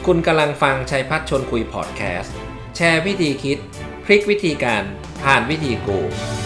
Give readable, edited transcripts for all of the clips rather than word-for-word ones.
คุณกำลังฟังชัยพัฒน์ชวนคุยพอดแคสต์แชร์วิธีคิดพลิกวิธีการผ่านวิธีกู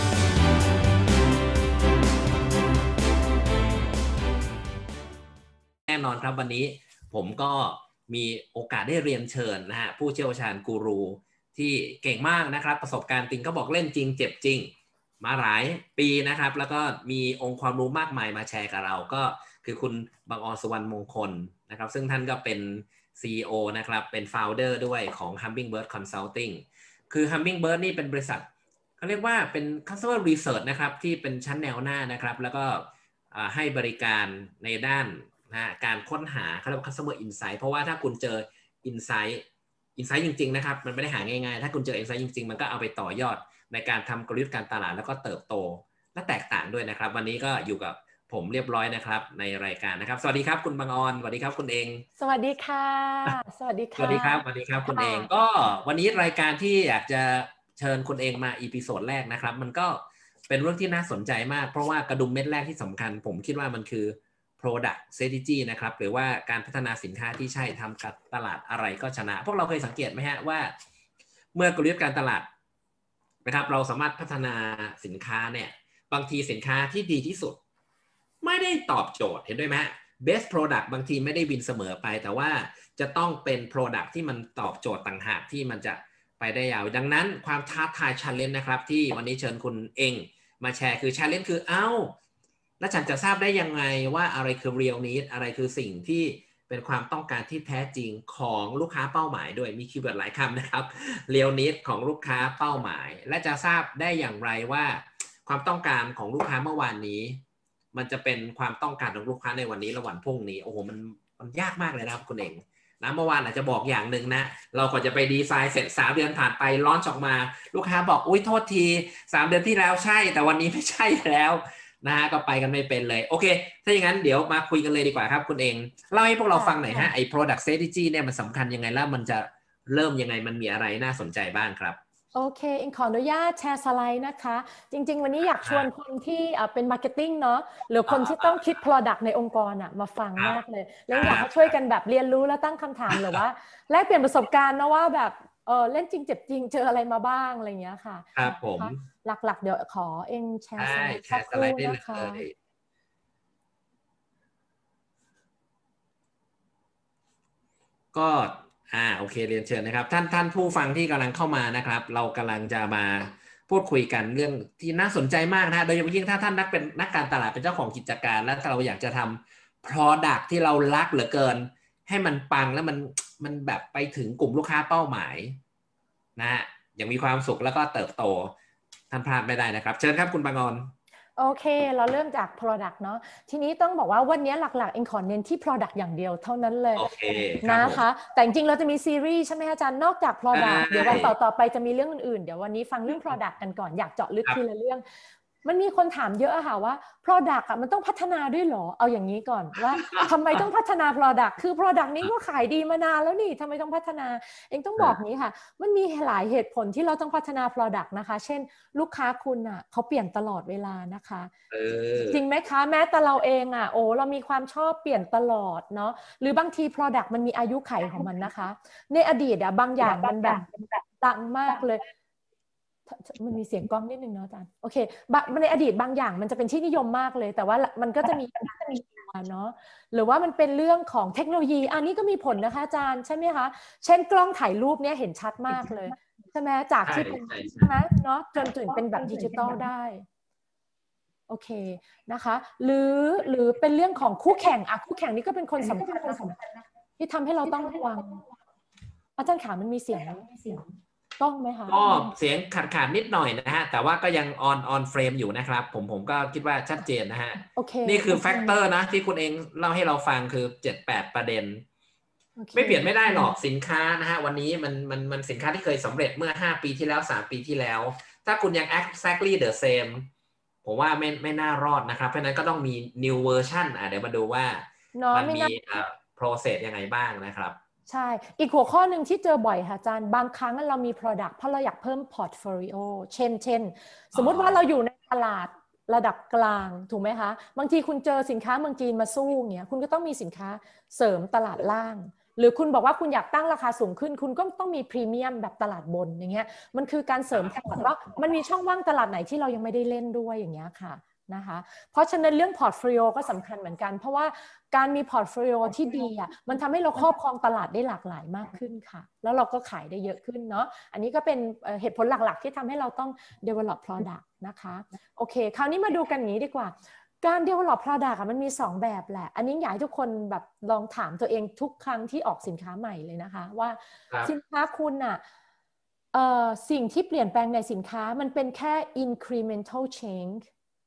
แน่นอนครับวันนี้ผมก็มีโอกาสได้เรียนเชิญนะฮะผู้เชี่ยวชาญกูรูที่เก่งมากนะครับประสบการณ์จริงก็บอกเล่นจริงเจ็บจริงมาหลายปีนะครับแล้วก็มีองค์ความรู้มากมายมาแชร์กับเราก็คือคุณบังออนสุวรรณมงคลนะครับซึ่งท่านก็เป็น CEO นะครับเป็น Founder ด้วยของ Hummingbird Consulting คือ Hummingbird นี่เป็นบริษัทเขาเรียกว่าเป็น Customer Research นะครับที่เป็นชั้นแนวหน้านะครับแล้วก็ให้บริการในด้านนะการค้นหาเขาเรียกว่า Customer Insight เพราะว่าถ้าคุณเจอ Insight จริงๆนะครับมันไม่ได้หาง่ายๆถ้าคุณเจอ Insight จริงๆมันก็เอาไปต่อยอดในการทำกลยุทธ์การตลาดแล้วก็เติบโตและแตกต่างด้วยนะครับวันนี้ก็อยู่กับผมเรียบร้อยนะครับในรายการนะครับสวัสดีครับคุณบังออนสวัสดีครับคุณเองสวัสดีค่ะสวัสดีค่ะสวัสดีครับสวัสดีครับคุณเองก็วันนี้รายการที่อยากจะเชิญคุณเองมาอีพิโซดแรกนะครับมันก็เป็นเรื่องที่น่าสนใจมากเพราะว่ากระดุมเม็ดแรกที่สำคัญผมคิดว่ามันคือ product strategy นะครับหรือว่าการพัฒนาสินค้าที่ใช่ทำกับตลาดอะไรก็ชนะพวกเราเคยสังเกตไหมฮะว่าเมื่อกลยุทธ์การตลาดนะครับเราสามารถพัฒนาสินค้าเนี่ยบางทีสินค้าที่ดีที่สุดไม่ได้ตอบโจทย์เห็นด้วยไหมฮะ best product บางทีไม่ได้วินเสมอไปแต่ว่าจะต้องเป็น product ที่มันตอบโจทย์ต่างหากที่มันจะไปได้ยาวดังนั้นความท้าทาย challenge นะครับที่วันนี้เชิญคุณเองมาแชร์คือ challenge คือแล้วฉันจะทราบได้ยังไงว่าอะไรคือ real need อะไรคือสิ่งที่เป็นความต้องการที่แท้จริงของลูกค้าเป้าหมายด้วยมีคีย์เวิร์ดหลายคำนะครับ real need ของลูกค้าเป้าหมายและจะทราบได้อย่างไรว่าความต้องการของลูกค้าเมื่อวานนี้มันจะเป็นความต้องการของลูกค้าในวันนี้และวันพรุ่งนี้โอ้โหมันยากมากเลยนะครับคุณเองนะเมื่อวานอาจจะบอกอย่างหนึ่งนะเราก็จะไปดีไซน์เสร็จ3เดือนผ่านไปลอนช์ออกมาลูกค้าบอกอุ้ยโทษที3เดือนที่แล้วใช่แต่วันนี้ไม่ใช่แล้วนะฮะก็ไปกันไม่เป็นเลยโอเคถ้าอย่างนั้นเดี๋ยวมาคุยกันเลยดีกว่าครับคุณเองเล่าให้พวกเราฟังหน่อยฮะไอ้ product strategy เนี่ยมันสำคัญยังไงแล้วมันจะเริ่มยังไงมันมีอะไรน่าสนใจบ้างครับโอเคเองขออนุญาตแชร์สไลด์นะคะจริงๆวันนี้อยากชวนคนที่เป็นมาร์เก็ตติ้งเนาะหรือคนที่ต้องคิด Product ในองค์กรมาฟังมากเลยแล้วอยากให้ช่วยกันแบบเรียนรู้และตั้งคำถามหรือว่าแลกเปลี่ยนประสบการณ์นะว่าแบบเล่นจริงเจ็บจริงเจออะไรมาบ้างอะไรอย่างเงี้ยค่ะครับผมหลักๆเดี๋ยวขอเองแชร์สไลด์สักครู่นะคะก็โอเคเรียนเชิญนะครับท่านผู้ฟังที่กำลังเข้ามานะครับเรากำลังจะมาพูดคุยกันเรื่องที่น่าสนใจมากนะโดยเฉพาะยิ่งถ้าท่านเป็นนักการตลาดเป็นเจ้าของกิจการแล้วเราอยากจะทำ product ที่เรารักเหลือเกินให้มันปังแล้วมันแบบไปถึงกลุ่มลูกค้าเป้าหมายนะฮะอย่างมีความสุขแล้วก็เติบโตท่านพลาดไม่ได้นะครับเชิญครับคุณบางออนโอเคเราเริ่มจาก Product เนาะทีนี้ต้องบอกว่าวันนี้หลักๆเองขอเน้นที่ Product อย่างเดียวเท่านั้นเลยนะคะแต่จริงๆเราจะมีซีรีส์ใช่ไหมอาจารย์นอกจาก Product เดี๋ยววันต่อไปจะมีเรื่องอื่นๆเดี๋ยววันนี้ฟังเรื่อง Product กันก่อนอยากเจาะลึกทีละเรื่องมันมีคนถามเยอะค่ะว่า Product มันต้องพัฒนาด้วยหรอเอาอย่างนี้ก่อนว่าทำไมต้องพัฒนา Product คือ Product นี้ก็ขายดีมานานแล้วนี่ทำไมต้องพัฒนาเองต้องบอกนี้ค่ะมันมีหลายเหตุผลที่เราต้องพัฒนา Product นะคะเช่นลูกค้าคุณเขาเปลี่ยนตลอดเวลานะคะจริงไหมคะแม้แต่เราเองเรามีความชอบเปลี่ยนตลอดเนาะหรือบางที Product มันมีอายุขัยของมันนะคะในอดีตบางอย่างมันแบบดังมากเลยมันมีเสียงกล้องนิดนึงเนาะอาจารย์โอเคในอดีตบางอย่างมันจะเป็นที่นิยมมากเลยแต่ว่ามันก็จะมีเนาะหรือว่ามันเป็นเรื่องของเทคโนโลยีอันนี้ก็มีผลนะคะอาจารย์ใช่ไหมคะเช่นกล้องถ่ายรูปเนี้ยเห็นชัดมากเลยใช่ไหมจากที่เป็นใช่ไหมเนาะจนถึงเป็นแบบดิจิตอลได้โอเคนะคะหรือเป็นเรื่องของคู่แข่งคู่แข่งนี่ก็เป็นคนสำคัญที่ทำให้เราต้องระวังอาจารย์ขามันมีเสียงต้องไหมคะก็เสียงขาดนิดหน่อยนะฮะแต่ว่าก็ยังออนเฟรมอยู่นะครับผมก็คิดว่าชัดเจนนะฮะนี่คือแฟกเตอร์นะที่คุณเองเล่าให้เราฟังคือ 7-8 ประเด็นไม่เปลี่ยนไม่ได้หรอกสินค้านะฮะวันนี้มันสินค้าที่เคยสำเร็จเมื่อ5ปีที่แล้ว3ปีที่แล้วถ้าคุณยัง exactly the same ผมว่าไม่น่ารอดนะครับเพราะนั้นก็ต้องมี new version เดี๋ยวมาดูว่ามันมีprocess ยังไงบ้างนะครับใช่อีกหัวข้อหนึ่งที่เจอบ่อยค่ะอาจารย์บางครั้งเรามี Product เพราะเราอยากเพิ่ม Portfolio เช่นสมมุติว่าเราอยู่ในตลาดระดับกลางถูกไหมคะบางทีคุณเจอสินค้าเมืองจีนมาสู้เงี้ยคุณก็ต้องมีสินค้าเสริมตลาดล่างหรือคุณบอกว่าคุณอยากตั้งราคาสูงขึ้นคุณก็ต้องมีพรีเมียมแบบตลาดบนอย่างเงี้ยมันคือการเสริมพอร์ตว่ามันมีช่องว่างตลาดไหนที่เรายังไม่ได้เล่นด้วยอย่างเงี้ยค่ะนะคะเพราะฉะนั้นเรื่องพอร์ตโฟลิโอก็สำคัญเหมือนกันเพราะว่าการมีพอร์ตโฟลิโอที่ดีอ่ะมันทำให้เราครอบครองตลาดได้หลากหลายมากขึ้นค่ะแล้วเราก็ขายได้เยอะขึ้นเนาะอันนี้ก็เป็นเหตุผลหลักๆที่ทำให้เราต้อง develop product นะคะโอเคคราวนี้มาดูกันอย่างนี้ดีกว่าการ develop product มันมี2แบบแหละอันนี้อยากให้ทุกคนแบบลองถามตัวเองทุกครั้งที่ออกสินค้าใหม่เลยนะคะว่าสินค้าคุณอ่ะสิ่งที่เปลี่ยนแปลงในสินค้ามันเป็นแค่ incremental change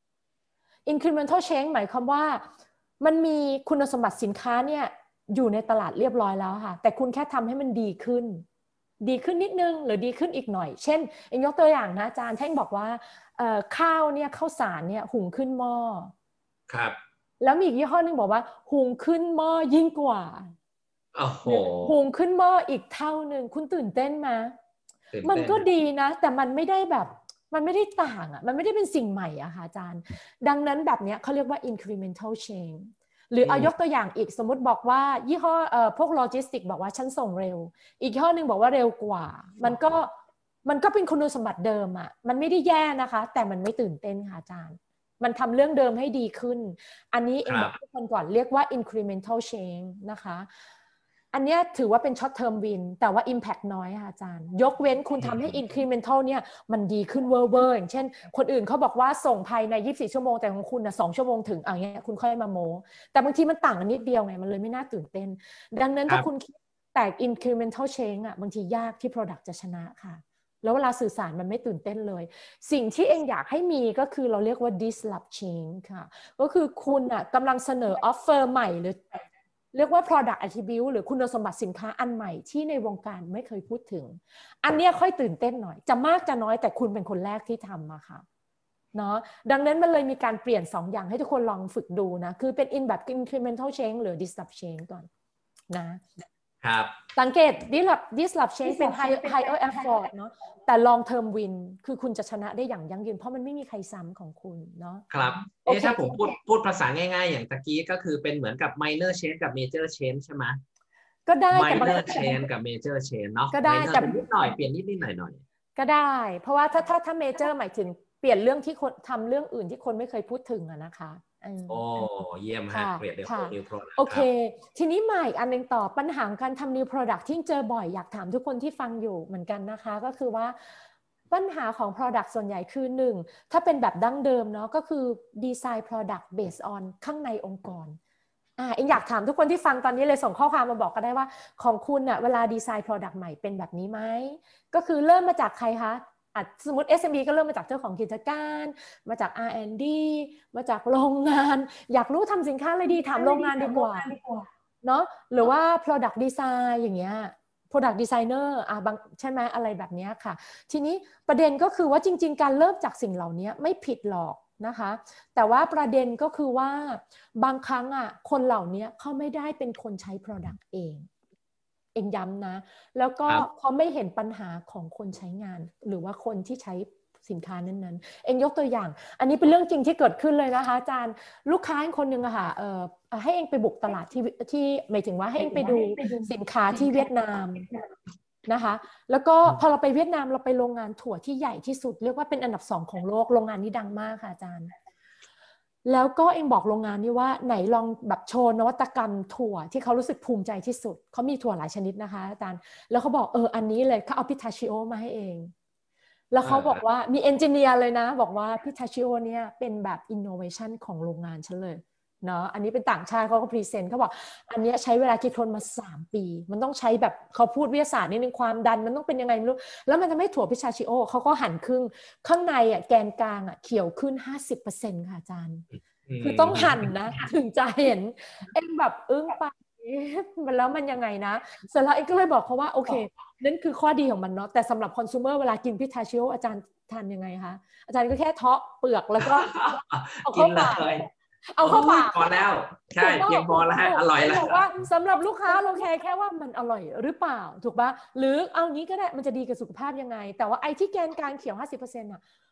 incremental change หมายความว่ามันมีคุณสมบัติสินค้าเนี่ยอยู่ในตลาดเรียบร้อยแล้วค่ะแต่คุณแค่ทำให้มันดีขึ้นนิดนึงหรือดีขึ้นอีกหน่อยเช่นเองยกตัวอย่างนะอาจารย์แท่งบอกว่าข้าวเนี่ยข้าวสารเนี่ยหุงขึ้นหม้อครับแล้วมีอีกยี่ห้อนึงบอกว่าหุงขึ้นหม้อยิ่งกว่าโอ้โหหุงขึ้นหม้ออีกเท่านึงคุณตื่นเต้นไหมมันก็ดีนะแต่มันไม่ได้แบบมันไม่ได้ต่างอ่ะมันไม่ได้เป็นสิ่งใหม่อะค่ะอาจารย์ดังนั้นแบบนี้เขาเรียกว่า incremental change หรือเอายกตัวอย่างอีกสมมติบอกว่ายี่ห้อพวกโลจิสติกบอกว่าฉันส่งเร็วอีกยี่ห้อหนึ่งบอกว่าเร็วกว่ามันก็เป็นคุณสมบัติเดิมอ่ะมันไม่ได้แย่นะคะแต่มันไม่ตื่นเต้นค่ะอาจารย์มันทำเรื่องเดิมให้ดีขึ้นอันนี้เองบอกทุกคนก่อนเรียกว่า incremental change นะคะอันนี้ถือว่าเป็น short term win แต่ว่า impact น้อยค่ะอาจารย์ยกเว้นคุณทำให้ incremental เนี่ยมันดีขึ้นเวอร์อย่างเช่นคนอื่นเขาบอกว่าส่งภายใน24ชั่วโมงแต่ของคุณนะ2ชั่วโมงถึงอย่างเงี้ยคุณค่อยมาโม้แต่บางทีมันต่างกันนิดเดียวไงมันเลยไม่น่าตื่นเต้นดังนั้นถ้าคุณคิดแต่ incremental change อ่ะบางทียากที่ product จะชนะค่ะแล้วเวลาสื่อสารมันไม่ตื่นเต้นเลยสิ่งที่เองอยากให้มีก็คือเราเรียกว่า disrupt change ค่ะก็คือคุณอ่ะกำลังเสนอ offer ใหม่หรือเรียกว่า product attribute หรือคุณสมบัติสินค้าอันใหม่ที่ในวงการไม่เคยพูดถึงอันนี้ค่อยตื่นเต้นหน่อยจะมากจะน้อยแต่คุณเป็นคนแรกที่ทำมาค่ะเนาะดังนั้นมันเลยมีการเปลี่ยน2อย่างให้ทุกคนลองฝึกดูนะคือเป็น แบบ incremental change หรือ disrupt change ก่อนนะครับสังเกต disrupt change เป็น higher effort เนาะแต่ long term win คือคุณจะชนะได้อย่างยั่งยืนเพราะมันไม่มีใครซ้ำของคุณเนาะครับถ้าผมพูดภาษาง่ายๆอย่างตะกี้ก็คือเป็นเหมือนกับ minor change กับ major change ใช่ไหมก็ได้แต่ minor change กับ major change เนาะก็ได้แต่นิดหน่อยเปลี่ยนนิดหน่อยก็ได้เพราะว่าถ้า major หมายถึงเปลี่ยนเรื่องที่คนทำเรื่องอื่นที่คนไม่เคยพูดถึงอะนะคะโอ้เยี่ยมฮะเปลี่ยนเรื่อง new product โอเคทีนี้มาอีกอันนึงต่อปัญหาการทำ new product ที่เจอบ่อยอยากถามทุกคนที่ฟังอยู่เหมือนกันนะคะก็คือว่าปัญหาของ product ส่วนใหญ่คือ1ถ้าเป็นแบบดั้งเดิมเนาะก็คือ design product based on ข้างในองค์กรเองอยากถามทุกคนที่ฟังตอนนี้เลยส่งข้อความมาบอกก็ได้ว่าของคุณอะเวลาดีไซน์ product ใหม่เป็นแบบนี้ไหมก็คือเริ่มมาจากใครคะสมมติ SME ก็เริ่มมาจากเจ้าของกิจการมาจาก R&D มาจากโรงงานอยากรู้ทำสินค้าอะไรดีถามโรงงานดีกว่าเนาะหรือว่า product design อย่างเงี้ย product designer บางใช่ไหมอะไรแบบนี้ค่ะทีนี้ประเด็นก็คือว่าจริงๆการเริ่มจากสิ่งเหล่านี้ไม่ผิดหรอกนะคะแต่ว่าประเด็นก็คือว่าบางครั้งคนเหล่านี้เขาไม่ได้เป็นคนใช้ product เองย้ำนะแล้วก็เขาไม่เห็นปัญหาของคนใช้งานหรือว่าคนที่ใช้สินค้านั้นๆเองยกตัวอย่างอันนี้เป็นเรื่องจริงที่เกิดขึ้นเลยนะคะอาจารย์ลูกค้าคนหนึ่งอะค่ะให้เองไปบุกตลาดที่หมายถึงว่าให้เองไปดูสินค้าที่เวียดนามนะคะแล้วก็พอเราไปเวียดนามเราไปโรงงานถั่วที่ใหญ่ที่สุดเรียกว่าเป็นอันดับ2ของโลกโรงงานนี้ดังมากค่ะอาจารย์แล้วก็เองบอกโรงงานนี้ว่าไหนลองแบบโชว์นวัตกรรมถั่วที่เขารู้สึกภูมิใจที่สุดเขามีถั่วหลายชนิดนะคะอาจารย์แล้วเขาบอกอันนี้เลยเขาเอาพิทาชิโอมาให้เองแล้วเขาบอกว่ามีเอนจิเนียร์เลยนะบอกว่าพิทาชิโอเนี่ยเป็นแบบอินโนเวชันของโรงงานฉันเลยเนาะอันนี้เป็นต่างชาติเขาก็พรีเซนต์เขาบอกอันนี้ใช้เวลาคิดค้นมา3 ปีมันต้องใช้แบบเขาพูดวิทยาศาสตร์นิดนึงความดันมันต้องเป็นยังไงไม่รู้แล้วมันทำให้ถั่วพิทาชิโอเขาก็หั่นครึ่งข้างในแกนกลางเขียวขึ้น 50% ค่ะอาจารย์คือต้องหั่นนะถึงจะเห็นเอ็งแบบอึ้งไปแล้วมันยังไงนะเสร็จแล้วเอ็งก็เลยบอกเขาว่าโอเคนั่นคือข้อดีของมันเนาะแต่สำหรับคอน sumer เวลากินพิทาชิโออาจารย์ทานยังไงคะอาจารย์ก็แค่เทาะเปลือกแล้วก็เอาเข้าปากเอาเข้าปากพอแล้วใช่เพียงพอแล้วฮะอร่อยแล้วบอกว่าสำหรับลูกค้าเราแค่ว่ามันอร่อยหรือเปล่าถูกปะหรือเอางี้ก็ได้มันจะดีกับสุขภาพยังไงแต่ว่าไอ้ที่แกนกลางเขียว 50%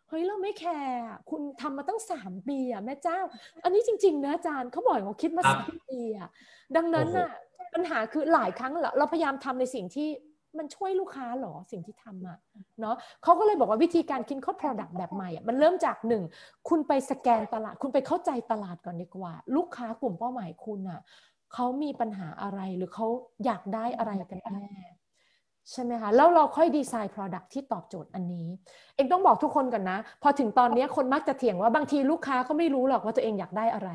เฮ้ยเราไม่แคร์คุณทำมาตั้ง3 ปีอ่ะแม่เจ้าอันนี้จริงๆนะอาจารย์เขาบอกว่าคิดมา3 ปีอ่ะดังนั้นน่ะปัญหาคือหลายครั้งเราพยายามทำในสิ่งที่มันช่วยลูกค้าหรอสิ่งที่ทำอ่ะเนาะเขาก็เลยบอกว่าวิธีการคิดค้น product แบบใหม่อ่ะมันเริ่มจาก1คุณไปสแกนตลาดคุณไปเข้าใจตลาดก่อนดีกว่าลูกค้ากลุ่มเป้าหมายคุณอ่ะเขามีปัญหาอะไรหรือเขาอยากได้อะไรกันแน่ใช่ไหมคะแล้วเราค่อยดีไซน์ product ที่ตอบโจทย์อันนี้เองต้องบอกทุกคนกันนะพอถึงตอนนี้คนมักจะเถียงว่าบางทีลูกค้าก็ไม่รู้หรอกว่าตัวเองอยากได้อะไร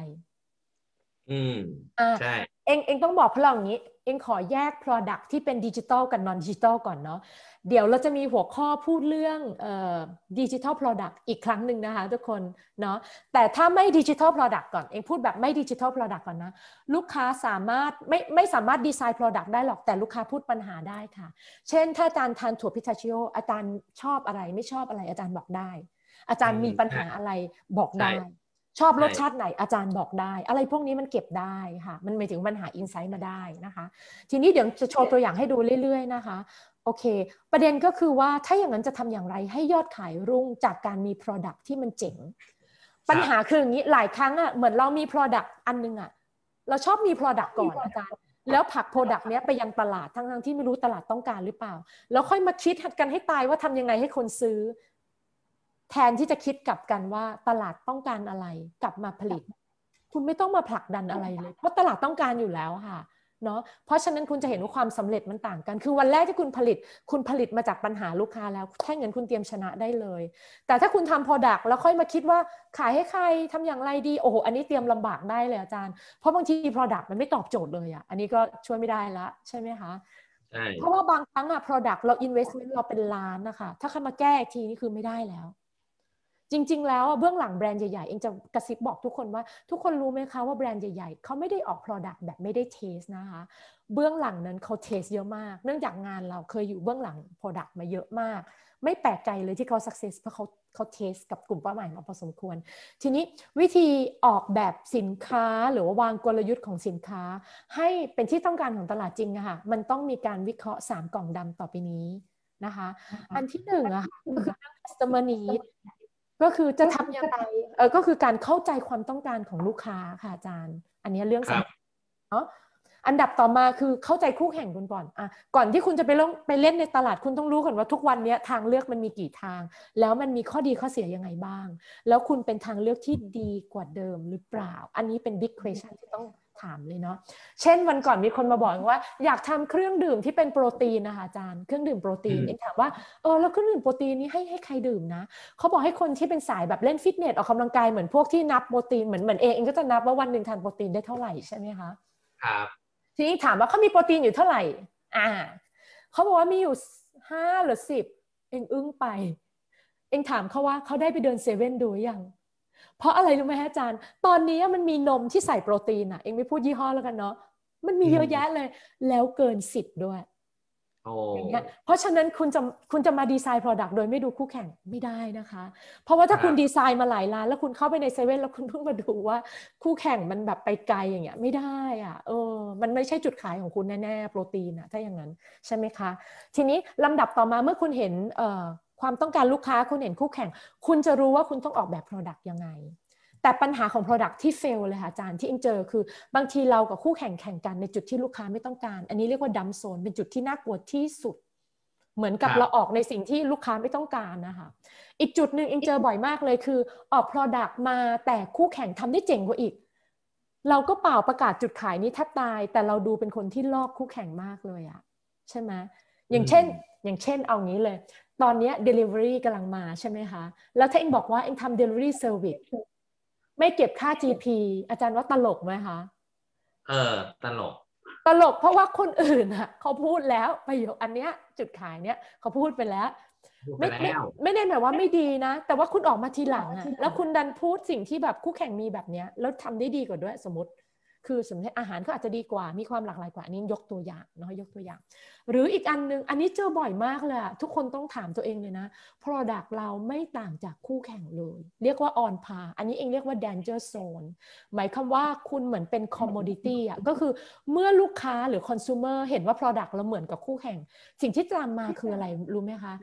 ใช่เองต้องบอกพวกเราอย่างนี้เองขอแยก product ที่เป็นดิจิทัลกับ non ดิจิทัลก่อนเนาะเดี๋ยวเราจะมีหัวข้อพูดเรื่องดิจิทัล product อีกครั้งหนึ่งนะคะทุกคนเนาะแต่ถ้าไม่ดิจิทัล product ก่อนเองพูดแบบไม่ดิจิทัล product ก่อนนะลูกค้าสามารถไม่สามารถดีไซน์ product ได้หรอกแต่ลูกค้าพูดปัญหาได้ค่ะเช่นถ้าอาจารย์ทานถั่วพิทาชิโออาจารย์ชอบอะไรไม่ชอบอะไรอาจารย์บอกได้อาจารย์มีปัญหาอะไรบอกได้ชอบรสชาติไหนอาจารย์บอกได้อะไรพวกนี้มันเก็บได้ค่ะมันหมายถึงปัญหาอินไซต์มาได้นะคะทีนี้เดี๋ยวจะโชว์ตัวอย่างให้ดูเรื่อยๆนะคะโอเคประเด็นก็คือว่าถ้าอย่างนั้นจะทำอย่างไรให้ยอดขายรุ่งจากการมี Product ที่มันเจ๋งปัญหาคืออย่างนี้หลายครั้งอ่ะเหมือนเรามี Product อันนึงอ่ะเราชอบมี Product ก่อนอาจารย์แล้วผลัก Product เนี้ยไปยังตลาดทั้งที่ไม่รู้ตลาดต้องการหรือเปล่าแล้วค่อยมาคิดกันให้ตายว่าทำยังไงให้คนซื้อแทนที่จะคิดกลับกันว่าตลาดต้องการอะไรกลับมาผลิตคุณไม่ต้องมาผลักดันอะไรเลยเพราะตลาดต้องการอยู่แล้วค่ะเนาะเพราะฉะนั้นคุณจะเห็นว่าความสำเร็จมันต่างกันคือวันแรกที่คุณผลิตมาจากปัญหาลูกค้าแล้วแค่เงินคุณเตรียมชนะได้เลยแต่ถ้าคุณทำ product แล้วค่อยมาคิดว่าขายให้ใครทำอย่างไรดีโอ้โหอันนี้เตรียมลำบากได้เลยอาจารย์เพราะบางที product มันไม่ตอบโจทย์เลยอ่ะอันนี้ก็ช่วยไม่ได้ละใช่ไหมคะเพราะว่าบางครั้งอะ product เรา investment เราเป็นล้านนะคะถ้าใครมาแก้อีกทีนี่คือไม่ได้แล้วจริงๆแล้วเบื้องหลังแบรนด์ใหญ่ๆเองจะกระซิบบอกทุกคนว่าทุกคนรู้ไหมคะว่าแบรนด์ใหญ่ๆเขาไม่ได้ออก Product แบบไม่ได้เทสนะคะเบื้องหลังนั้นเขาเทสเยอะมากเนื่องจากงานเราเคยอยู่เบื้องหลัง Product มาเยอะมากไม่แปลกใจเลยที่เขา success เพราะเขาเทสกับกลุ่มเป้าหมายมาพอสมควรทีนี้วิธีออกแบบสินค้าหรือว่าวางกลยุทธ์ของสินค้าให้เป็นที่ต้องการของตลาดจริงอะค่ะมันต้องมีการวิเคราะห์3 กล่องดำต่อไปนี้นะคะอันที่1อะค่ะก็คือ customer needก็คือจะทำยังไงก็คือการเข้าใจความต้องการของลูกค้าค่ะอาจารย์อันนี้เรื่องสำคัญเนาะอันดับต่อมาคือเข้าใจคู่แข่งคุณก่อนก่อนที่คุณจะไปเล่นในตลาดคุณต้องรู้ก่อนว่าทุกวันนี้ทางเลือกมันมีกี่ทางแล้วมันมีข้อดีข้อเสียยังไงบ้างแล้วคุณเป็นทางเลือกที่ดีกว่าเดิมหรือเปล่าอันนี้เป็น big question ที่ต้องถามเลยเนาะเช่นวันก่อนมีคนมาบอกว่าอยากทำเครื่องดื่มที่เป็นโปรตีนนะคะอาจารย์เครื่องดื่มโปรตีนเองถามว่าแล้วเครื่องดื่มโปรตีนนี้ให้ใครดื่มนะเขาบอกให้คนที่เป็นสายแบบเล่นฟิตเนสออกกำลังกายเหมือนพวกที่นับโปรตีนเหมือนเองก็จะนับว่าวันหนึ่งทานโปรตีนได้เท่าไหร่ใช่ไหมคะครับทีนี้ถามว่าเขามีโปรตีนอยู่เท่าไหร่เขาบอกว่ามีอยู่5 หรือ 10เองอึ้งไปเองถามเขาว่าเขาได้ไปเดินเซเว่นดูยังเพราะอะไรรู้ไหมอาจารย์ตอนนี้มันมีนมที่ใส่โปรตีนเองไม่พูดยี่ห้อแล้วกันเนาะมันมีเยอะแยะเลยแล้วเกิน10ด้วยอย่างเงี้ยเพราะฉะนั้นคุณจะมาดีไซน์ Product โดยไม่ดูคู่แข่งไม่ได้นะคะเพราะว่าถ้าคุณดีไซน์มาหลายร้านแล้วคุณเข้าไปในเซเว่นแล้วคุณเพิ่งมาดูว่าคู่แข่งมันแบบไปไกลอย่างเงี้ยไม่ได้มันไม่ใช่จุดขายของคุณแน่ๆโปรตีนถ้าอย่างนั้นใช่ไหมคะทีนี้ลำดับต่อมาเมื่อคุณเห็นความต้องการลูกค้าคุณเห็นคู่แข่งคุณจะรู้ว่าคุณต้องออกแบบ Product ยังไงแต่ปัญหาของ Product ที่ fail เลยค่ะอาจารย์ที่เองเจอคือบางทีเรากับคู่แข่งกันในจุดที่ลูกค้าไม่ต้องการอันนี้เรียกว่าดัมโซนเป็นจุดที่น่ากลัวที่สุดเหมือนกับเราออกในสิ่งที่ลูกค้าไม่ต้องการนะคะอีกจุดหนึ่งเองเจอบ่อยมากเลยคือออก Product มาแต่คู่แข่งทำได้เจ๋งกว่าอีกเราก็เปล่าประกาศจุดขายนี้แทบตายแต่เราดูเป็นคนที่ลอกคู่แข่งมากเลยใช่ไหมอย่างเช่นเอางี้เลยตอนนี้ delivery กำลังมาใช่ไหมคะแล้วถ้าเองบอกว่าเองทำ delivery serviceไม่เก็บค่า GP อาจารย์ว่าตลกไหมคะตลกเพราะว่าคนอื่นเขาพูดแล้วประโยคอันเนี้ยจุดขายเนี้ยเขาพูดไปแล้วไม่ได้หมายว่าไม่ดีนะแต่ว่าคุณออกมาทีหลังแล้วคุณดันพูดสิ่งที่แบบคู่แข่งมีแบบเนี้ยแล้วทำได้ดีกว่าด้วยสมมติอาหารก็อาจจะดีกว่ามีความหลากหลายกว่าอันนี้ยกตัวอย่างเนาะยกตัวอย่างหรืออีกอันนึงอันนี้เจอบ่อยมากเลยทุกคนต้องถามตัวเองเลยนะ Product เราไม่ต่างจากคู่แข่งเลยเรียกว่า on par อันนี้เองเรียกว่า danger zone หมายความว่าคุณเหมือนเป็น commodity ก็คือเมื่อลูกค้าหรือ consumer เห็นว่า Product เราเหมือนกับคู่แข่งสิ่งที่ตามมาคืออะไรรู้ไหมคะ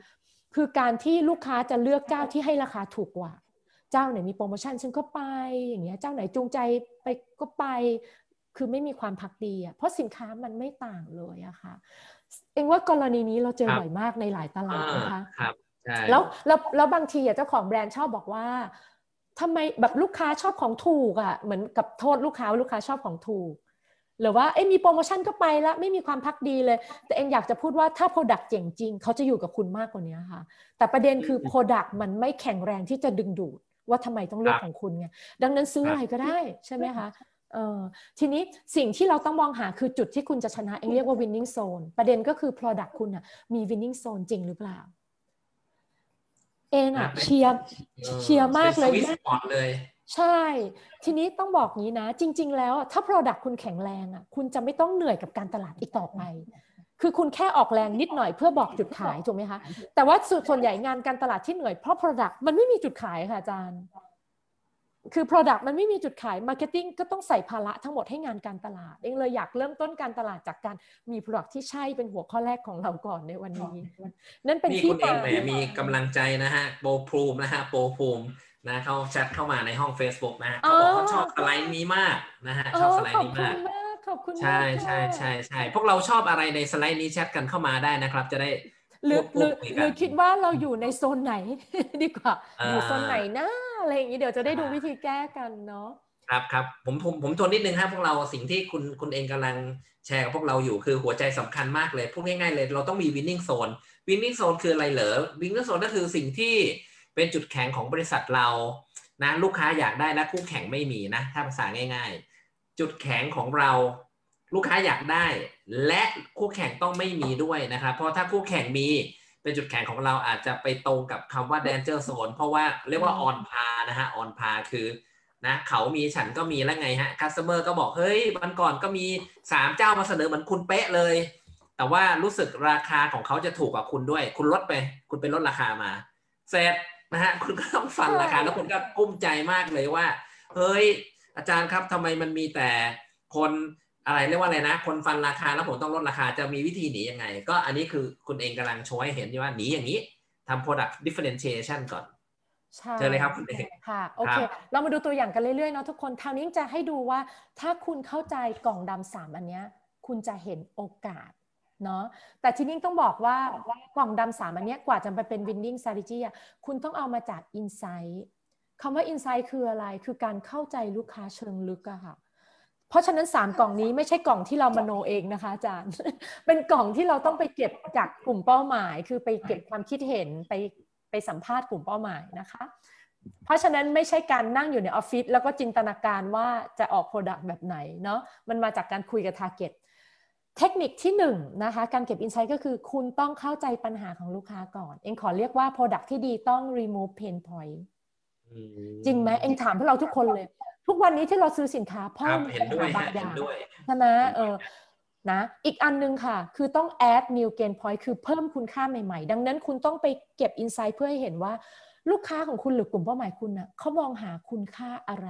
คือการที่ลูกค้าจะเลือกเจ้าที่ให้ราคาถูกกว่าเจ้าไหนมีโปรโมชั่นฉันก็ไปอย่างเงี้ยเจ้าไหนจูงใจไปก็ไปคือไม่มีความภักดีเพราะสินค้ามันไม่ต่างเลยอะค่ะเองว่ากรณีนี้เราเจอบ่อยมากในหลายตลาดนะคะครับใช่แล้วบางทีเจ้าของแบรนด์ชอบบอกว่าทำไมแบบลูกค้าชอบของถูกเหมือนกับโทษลูกค้าชอบของถูกหรือว่ามีโปรโมชั่นก็ไปแล้วไม่มีความภักดีเลยแต่เองอยากจะพูดว่าถ้า Product เจ๋งจริงเขาจะอยู่กับคุณมากกว่านี้ค่ะแต่ประเด็นคือ Product มันไม่แข็งแรงที่จะดึงดูดว่าทำไมต้องเลือกของคุณไงดังนั้นซื้ออะไรก็ได้ใช่ไหมคะทีนี้สิ่งที่เราต้องมองหาคือจุดที่คุณจะชนะเองเรียกว่า winning zone ประเด็นก็คือ product คุณมี winning zone จริงหรือเปล่าเองเชียร์มากเลยใช่ทีนี้ต้องบอกงี้นะจริงๆแล้วถ้า product คุณแข็งแรงคุณจะไม่ต้องเหนื่อยกับการตลาดอีกต่อไปคือคุณแค่ออกแรงนิดหน่อยเพื่อบอกจุดขายถูกไหมคะแต่ว่าส่วนใหญ่งานการตลาดที่เหนื่อยเพราะ product มันไม่มีจุดขายค่ะอาจารย์คือ product มันไม่มีจุดขาย marketing ก็ต้องใส่ภาระทั้งหมดให้งานการตลาดเองเลยอยากเริ่มต้นการตลาดจากการมี product ที่ใช่เป็นหัวข้อแรกของเราก่อนในวันนี้นั่นเป็นที่คุณเองแหมมีกำลังใจนะฮะโปรภูมินะฮะโปรภูมินะเขาแชทเข้ามาในห้อง Facebook นะฮะเขาบอกเขาชอบสไลด์นี้มากนะฮะชอบสไลด์นี้มากขอบคุณมากใช่ใช่ใช่ใช่พวกเราชอบอะไรในสไลด์นี้แชทกันเข้ามาได้นะครับจะได้หรือคิดว่าเราอยู่ในโซนไหนดีกว่าอยู่โซนไหนนะอะไรอย่างนี้เดี๋ยวจะได้ดูวิธีแก้กันเนาะครับผมทวนนิดนึงครับพวกเราสิ่งที่คุณเองกำลังแชร์กับพวกเราอยู่คือหัวใจสำคัญมากเลยพูดง่ายๆเลยเราต้องมี winning zone winning zone คืออะไรเหรอ winning zone ก็คือสิ่งที่เป็นจุดแข็งของบริษัทเรานะลูกค้าอยากได้และคู่แข่งไม่มีนะถ้าภาษาง่ายๆจุดแข็งของเราลูกค้าอยากได้และคู่แข่งต้องไม่มีด้วยนะครับเพราะถ้าคู่แข่งมีเป็นจุดแข็งของเราอาจจะไปตรงกับคำว่า danger zone เพราะว่าเรียกว่า on par นะฮะ on par คือนะเขามีฉันก็มีแล้วไงฮะ customer ก็บอกเฮ้ยวันก่อนก็มี3เจ้ามาเสนอเหมือนคุณเป๊ะเลยแต่ว่ารู้สึกราคาของเขาจะถูกกว่าคุณด้วยคุณลดไปคุณไปลดราคามาเสร็จนะฮะคุณก็ต้องฟันราคาแล้วคุณก็กุ้มใจมากเลยว่าเฮ้ยอาจารย์ครับทำไมมันมีแต่คนอะไรเรียกว่าอะไรนะคนฟันราคาแล้วผมต้องลดราคาจะมีวิธีหนียังไงก็อันนี้คือคุณเองกำลังโชว์ให้เห็นว่าหนีอย่างนี้ทำ product differentiation ก่อนเจอเลยครับคุณเอกค่ะโอเคเรามาดูตัวอย่างกันเรื่อยๆเนาะทุกคนคราวนี้จะให้ดูว่าถ้าคุณเข้าใจกล่องดำ3อันนี้คุณจะเห็นโอกาสเนาะแต่ทีนี้ต้องบอกว่ากล่องดำ3อันนี้กว่าจะไปเป็น winning strategy คุณต้องเอามาจาก insight คำว่า insight คืออะไรคือการเข้าใจลูกค้าเชิงลึกอะค่ะเพราะฉะนั้น3กล่องนี้ไม่ใช่กล่องที่เรามโนเองนะคะอาจารย์ เป็นกล่องที่เราต้องไปเก็บจากกลุ่มเป้าหมายคือไปเก็บความคิดเห็นไปสัมภาษณ์กลุ่มเป้าหมายนะคะเพราะฉะนั้นไม่ใช่การนั่งอยู่ในออฟฟิศแล้วก็จินตนาการว่าจะออกโปรดักต์แบบไหนเนาะมันมาจากการคุยกับทาร์เก็ตเทคนิคที่1นะคะการเก็บอินไซต์ก็คือคุณต้องเข้าใจปัญหาของลูกค้าก่อนเองขอเรียกว่า Product ที่ดีต้อง remove pain point จริงไหมเองถามพวกเราทุกคนเลยทุกวันนี้ที่เราซื้อสินค้าเพราะเห็นด้วยใช่ไหมนะอีกอันนึงค่ะคือต้อง add new gain point คือเพิ่มคุณค่าใหม่ๆดังนั้นคุณต้องไปเก็บ insight เพื่อให้เห็นว่าลูกค้าของคุณหรือกลุ่มเป้าหมายคุณน่ะเขามองหาคุณค่าอะไร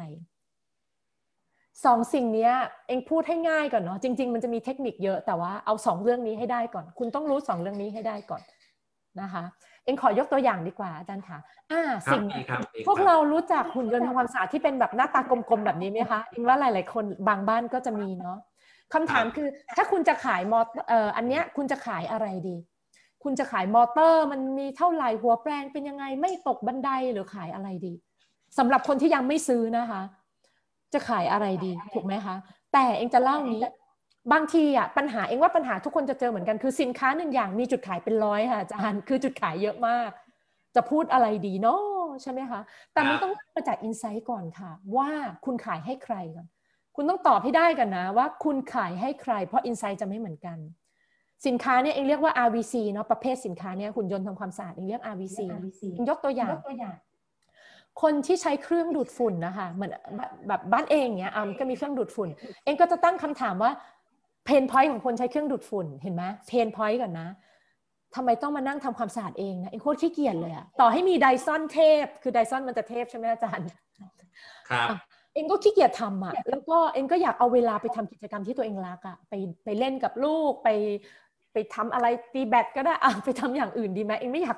2สิ่งนี้เองพูดให้ง่ายก่อนเนาะจริงๆมันจะมีเทคนิคเยอะแต่ว่าเอา2เรื่องนี้ให้ได้ก่อนคุณต้องรู้2เรื่องนี้ให้ได้ก่อนนะคะเองขอยกตัวอย่างดีกว่าอาจารย์ค่ะสิ่งพวกเรารู้จักหุ่นยนต์ทำความสะอาดที่เป็นแบบหน้าตากลมๆแบบนี้ไหมคะเองว่าหลายๆคนบางบ้านก็จะมีเนาะคำถามคือถ้าคุณจะขายอันเนี้ยคุณจะขายอะไรดีคุณจะขายมอเตอร์มันมีเท่าไหร่หัวแปลงเป็นยังไงไม่ตกบันไดหรือขายอะไรดีสำหรับคนที่ยังไม่ซื้อนะคะจะขายอะไรดีถูกไหมคะแต่เองจะเล่านี้บางทีปัญหาเองว่าปัญหาทุกคนจะเจอเหมือนกันคือสินค้า1อย่างมีจุดขายเป็น100ค่ะอาจารย์คือจุดขายเยอะมากจะพูดอะไรดีเนาะใช่ไหมคะแต่มันต้องมาจากอินไซต์ก่อนค่ะว่าคุณขายให้ใครก่อนคุณต้องตอบให้ได้กันนะว่าคุณขายให้ใครเพราะอินไซต์จะไม่เหมือนกันสินค้าเนี่ยเองเรียกว่า RVC เนาะประเภทสินค้าเนี่ยหุ่นยนต์ทำความสะอาดเองเรียก RVC เองยกตัวอย่างคนที่ใช้เครื่องดูดฝุ่นนะคะเหมือนแบบบ้านเองเนี้ยก็มีเครื่องดูดฝุ่นเองก็จะตั้งคำถามว่าเพนพอยต์ของคนใช้เครื่องดูดฝุ่นเห็นไหมเพนพอยต์ก่อนนะทำไมต้องมานั่งทำความสะอาดเองนะเองโคตรขี้เกียจเลยต่อให้มีไดซอนเทพคือไดซอนมันจะเทพใช่ไหมอาจารย์ครับเองก็ขี้เกียจทำแล้วก็เองก็อยากเอาเวลาไปทำกิจกรรมที่ตัวเองรักไปเล่นกับลูกไปทำอะไรตีแบดก็ได้ไปทำอย่างอื่นดีไหมเองไม่อยากถูก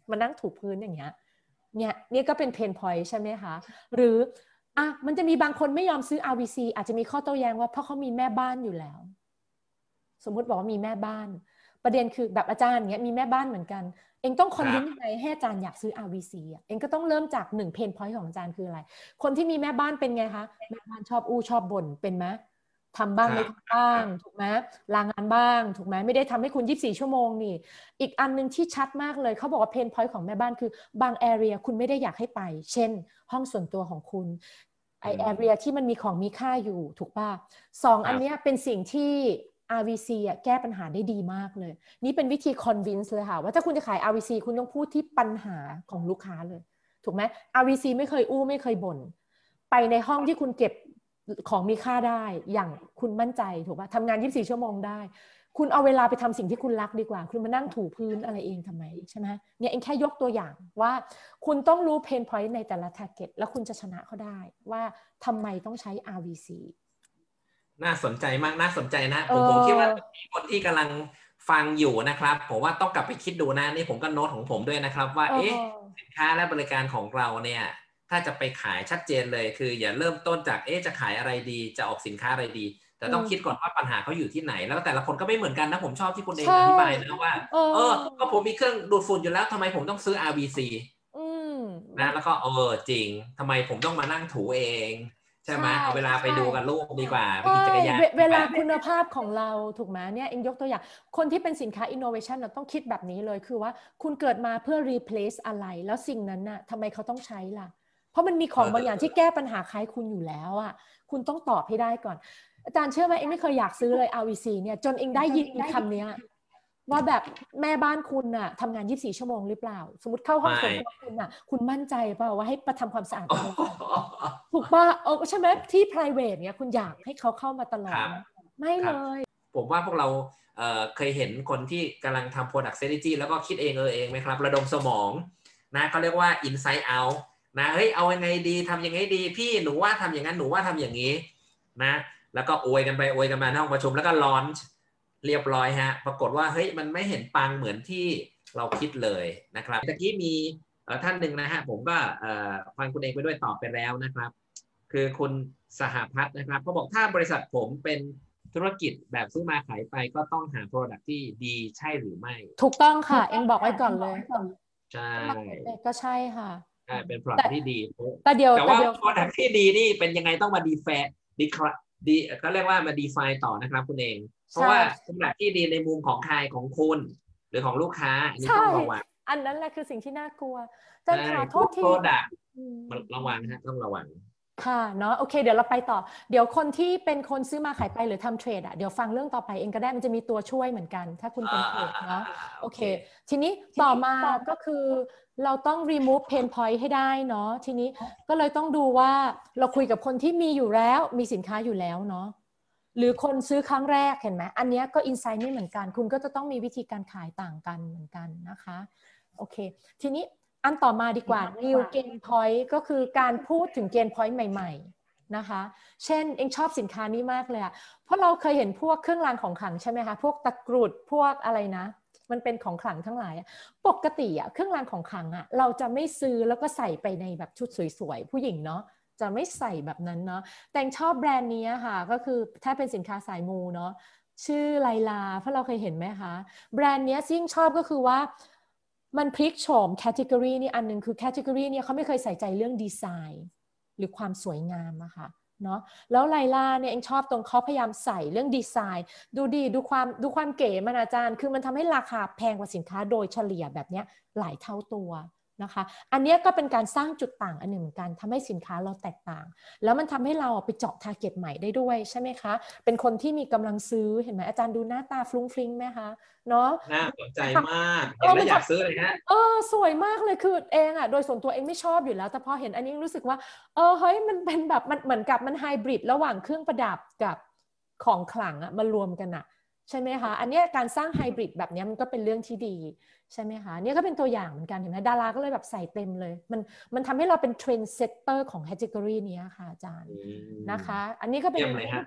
มานั่งถูพื้นอย่างเงี้ยเนี่ยก็เป็นเพนพอยต์ใช่ไหมคะหรือมันจะมีบางคนไม่ยอมซื้อ RVC อาจจะมีข้อโต้แย้งว่าเพราะเขามีแม่บ้านอยู่แล้วสมมุติบอกว่ามีแม่บ้านประเด็นคือแบบอาจารย์เงี้ยมีแม่บ้านเหมือนกันเองต้องคอนวินยังไงให้อาจารย์อยากซื้อ RVC เองก็ต้องเริ่มจาก1เพนพอยต์ของอาจารย์คืออะไรคนที่มีแม่บ้านเป็นไงคะแม่บ้านชอบชอบบ่นเป็นไหมทำบ้างไม่ทำบ้างถูกไหมลางานบ้างถูกไหมไม่ได้ทำให้คุณ24ชั่วโมงนี่อีกอันนึงที่ชัดมากเลยเขาบอกว่าเพนพอยต์ของแม่บ้านคือบางแอเรียคุณไม่ได้อยากให้ไปเช่นห้องส่วนตัวของคุณแอเรียที่มันมีของมีค่าอยู่ถูกป่ะ2อันนี้เป็นสิ่งที่ RVC แก้ปัญหาได้ดีมากเลยนี่เป็นวิธี convince เลยค่ะว่าถ้าคุณจะขาย RVC คุณต้องพูดที่ปัญหาของลูกค้าเลยถูกไหม RVC ไม่เคยไม่เคยบ่นไปในห้องที่คุณเก็บของมีค่าได้อย่างคุณมั่นใจถูกป่ะทำงาน24ชั่วโมงได้คุณเอาเวลาไปทำสิ่งที่คุณรักดีกว่าคุณมานั่งถูพื้นอะไรเองทำไมใช่ไหมเนี่ยเองแค่ยกตัวอย่างว่าคุณต้องรู้ pain point ในแต่ละ target แล้วคุณจะชนะเขาได้ว่าทำไมต้องใช้ RVC น่าสนใจมากน่าสนใจนะผมคิดว่าคนที่กำลังฟังอยู่นะครับผมว่าต้องกลับไปคิดดูนะนี่ผมก็โน้ตของผมด้วยนะครับว่าสินค้าและบริการของเราเนี่ยถ้าจะไปขายชัดเจนเลยคืออย่าเริ่มต้นจากจะขายอะไรดีจะออกสินค้าอะไรดีแต่ต้องคิดก่อนว่าปัญหาเขาอยู่ที่ไหนแล้วแต่ละคนก็ไม่เหมือนกันนะผมชอบที่คุณเองอธิบายนะว่าก็ผมมีเครื่องดูดฝุ่นอยู่แล้วทำไมผมต้องซื้อ RVC นะแล้วก็จริงทำไมผมต้องมานั่งถูเองใช่ไหมเอาเวลาไปดูกันลูกดีกว่าไปขี่จักรยานเวลาคุณภาพของเราถูกไหมเนี่ยเองยกตัวอย่างคนที่เป็นสินค้า innovation เราต้องคิดแบบนี้เลยคือว่าคุณเกิดมาเพื่อ replace อะไรแล้วสิ่งนั้นน่ะทำไมเขาต้องใช้ล่ะเพราะมันมีของบางอย่างที่แก้ปัญหาคล้ายคุณอยู่แล้วอ่ะคุณต้องตอบให้ได้ก่อนอาจารย์เชื่อไหมเองไม่เคยอยากซื้อเลย RVC เนี่ยจนเองได้ยินคำนี้ว่าแบบแม่บ้านคุณน่ะทำงาน24ชั่วโมงหรือเปล่าสมมติเข้าห้องส่วนตัวคุณน่ะคุณมั่นใจเปล่าว่าให้ประทำความสะอาดถูกป่ะใช่ไหมที่ private เนี่ยคุณอยากให้เขาเข้ามาตลอดไม่เลยผมว่าพวกเราเคยเห็นคนที่กำลังทำ product strategy แล้วก็คิดเองไหมครับระดมสมองนะเขาเรียกว่า inside out นะเฮ้ยเอายังไงดีทำยังไงดีพี่หนูว่าทำอย่างนั้นหนูว่าทำอย่างนี้นะแล้วก็อวยกันไปอวยกันมาในห้องประชุมแล้วก็ลอนช์เรียบร้อยฮะปรากฏว่าเฮ้ยมันไม่เห็นปังเหมือนที่เราคิดเลยนะครับตะกี้มีท่านหนึ่งนะฮะผมก็ฟังคุณเองไปด้วยตอบไปแล้วนะครับคือคุณสหพัฒน์นะครับเขาบอกถ้าบริษัทผมเป็นธุรกิจแบบซื้อมาขายไปก็ต้องหา product ที่ดีใช่หรือไม่ถูกต้องค่ะเอ็งบอกไว้ก่อนเลยใช่ก็ใช่ค่ะใช่เป็น product ที่ดีแต่ว่า product ที่ดีนี่เป็นยังไงต้องมาดีก็เรียกว่ามา define ต่อนะครับคุณเองเพราะว่า product ที่ดีในมุมของใครของคุณหรือของลูกค้าอันนี้ต้องระวังอันนั้นแหละคือสิ่งที่น่ากลัวจันขอโทษที product ระวังฮะต้องระวังค่ะเนาะโอเคเดี๋ยวเราไปต่อเดี๋ยวคนที่เป็นคนซื้อมาขายไปหรือทำเทรดเดี๋ยวฟังเรื่องต่อไปเองก็ได้มันจะมีตัวช่วยเหมือนกันถ้าคุณเป็นเทรดเนาะโอเคทีนี้ต่อมาก็คือเราต้อง remove pain point ให้ได้เนาะทีนี้ก็เลยต้องดูว่าเราคุยกับคนที่มีอยู่แล้วมีสินค้าอยู่แล้วเนาะหรือคนซื้อครั้งแรกเห็นไหมอันนี้ก็ insight ไม่เหมือนกันคุณก็จะต้องมีวิธีการขายต่างกันเหมือนกันนะคะโอเคทีนี้อันต่อมาดีกว่า new gain point ก็คือการพูดถึง gain point ใหม่ๆนะคะเช่นเองชอบสินค้านี้มากเลยเพราะเราเคยเห็นพวกเครื่องรางของขลังใช่ไหมคะพวกตะกรุดพวกอะไรนะมันเป็นของขลังทั้งหลายปกติเครื่องรางของขลังเราจะไม่ซื้อแล้วก็ใส่ไปในแบบชุดสวยๆผู้หญิงเนาะจะไม่ใส่แบบนั้นเนาะแต่ชอบแบรนด์นี้ค่ะก็คือถ้าเป็นสินค้าสายมูเนาะชื่อไลลาเพราะเราเคยเห็นไหมคะแบรนด์นี้ซิ่งชอบก็คือว่ามันพลิกโฉมแคตตากรีนี่อันนึงคือแคตตากรีเนี่ยเขาไม่เคยใส่ใจเรื่องดีไซน์หรือความสวยงามอะค่ะเนาะแล้วไลลาเนี่ยเองชอบตรงเขาพยายามใส่เรื่องดีไซน์ดูดีดูความเก๋มันอาจารย์คือมันทำให้ราคาแพงกว่าสินค้าโดยเฉลี่ยแบบนี้หลายเท่าตัวนะคะอันนี้ก็เป็นการสร้างจุดต่างอันหนึ่งเหมือนกันทำให้สินค้าเราแตกต่างแล้วมันทำให้เราไปเจาะทาร์เก็ตใหม่ได้ด้วยใช่ไหมคะเป็นคนที่มีกำลังซื้อเห็นไหมอาจารย์ดูหน้าตาฟลุ้งฟริ้งไหมคะเนาะน่าสนใจมากเห็นแล้วอยากซื้อเลยฮะสวยมากเลยคือเองโดยส่วนตัวเองไม่ชอบอยู่แล้วแต่พอเห็นอันนี้รู้สึกว่าเฮ้ยมันเป็นแบบมันเหมือนกับมันไฮบริดระหว่างเครื่องประดับกับของขลังมารวมกันใช่ไหมคะอันนี้การสร้างไฮบริดแบบนี้มันก็เป็นเรื่องที่ดีใช่ไหมคะนี่ก็เป็นตัวอย่างเหมือนกันเห็นไหมดาราก็เลยแบบใส่เต็มเลยมันทำให้เราเป็นเทรนด์เซตเตอร์ของแคตตากรีนี้ค่ะอาจารย์นะคะอันนี้ก็เป็น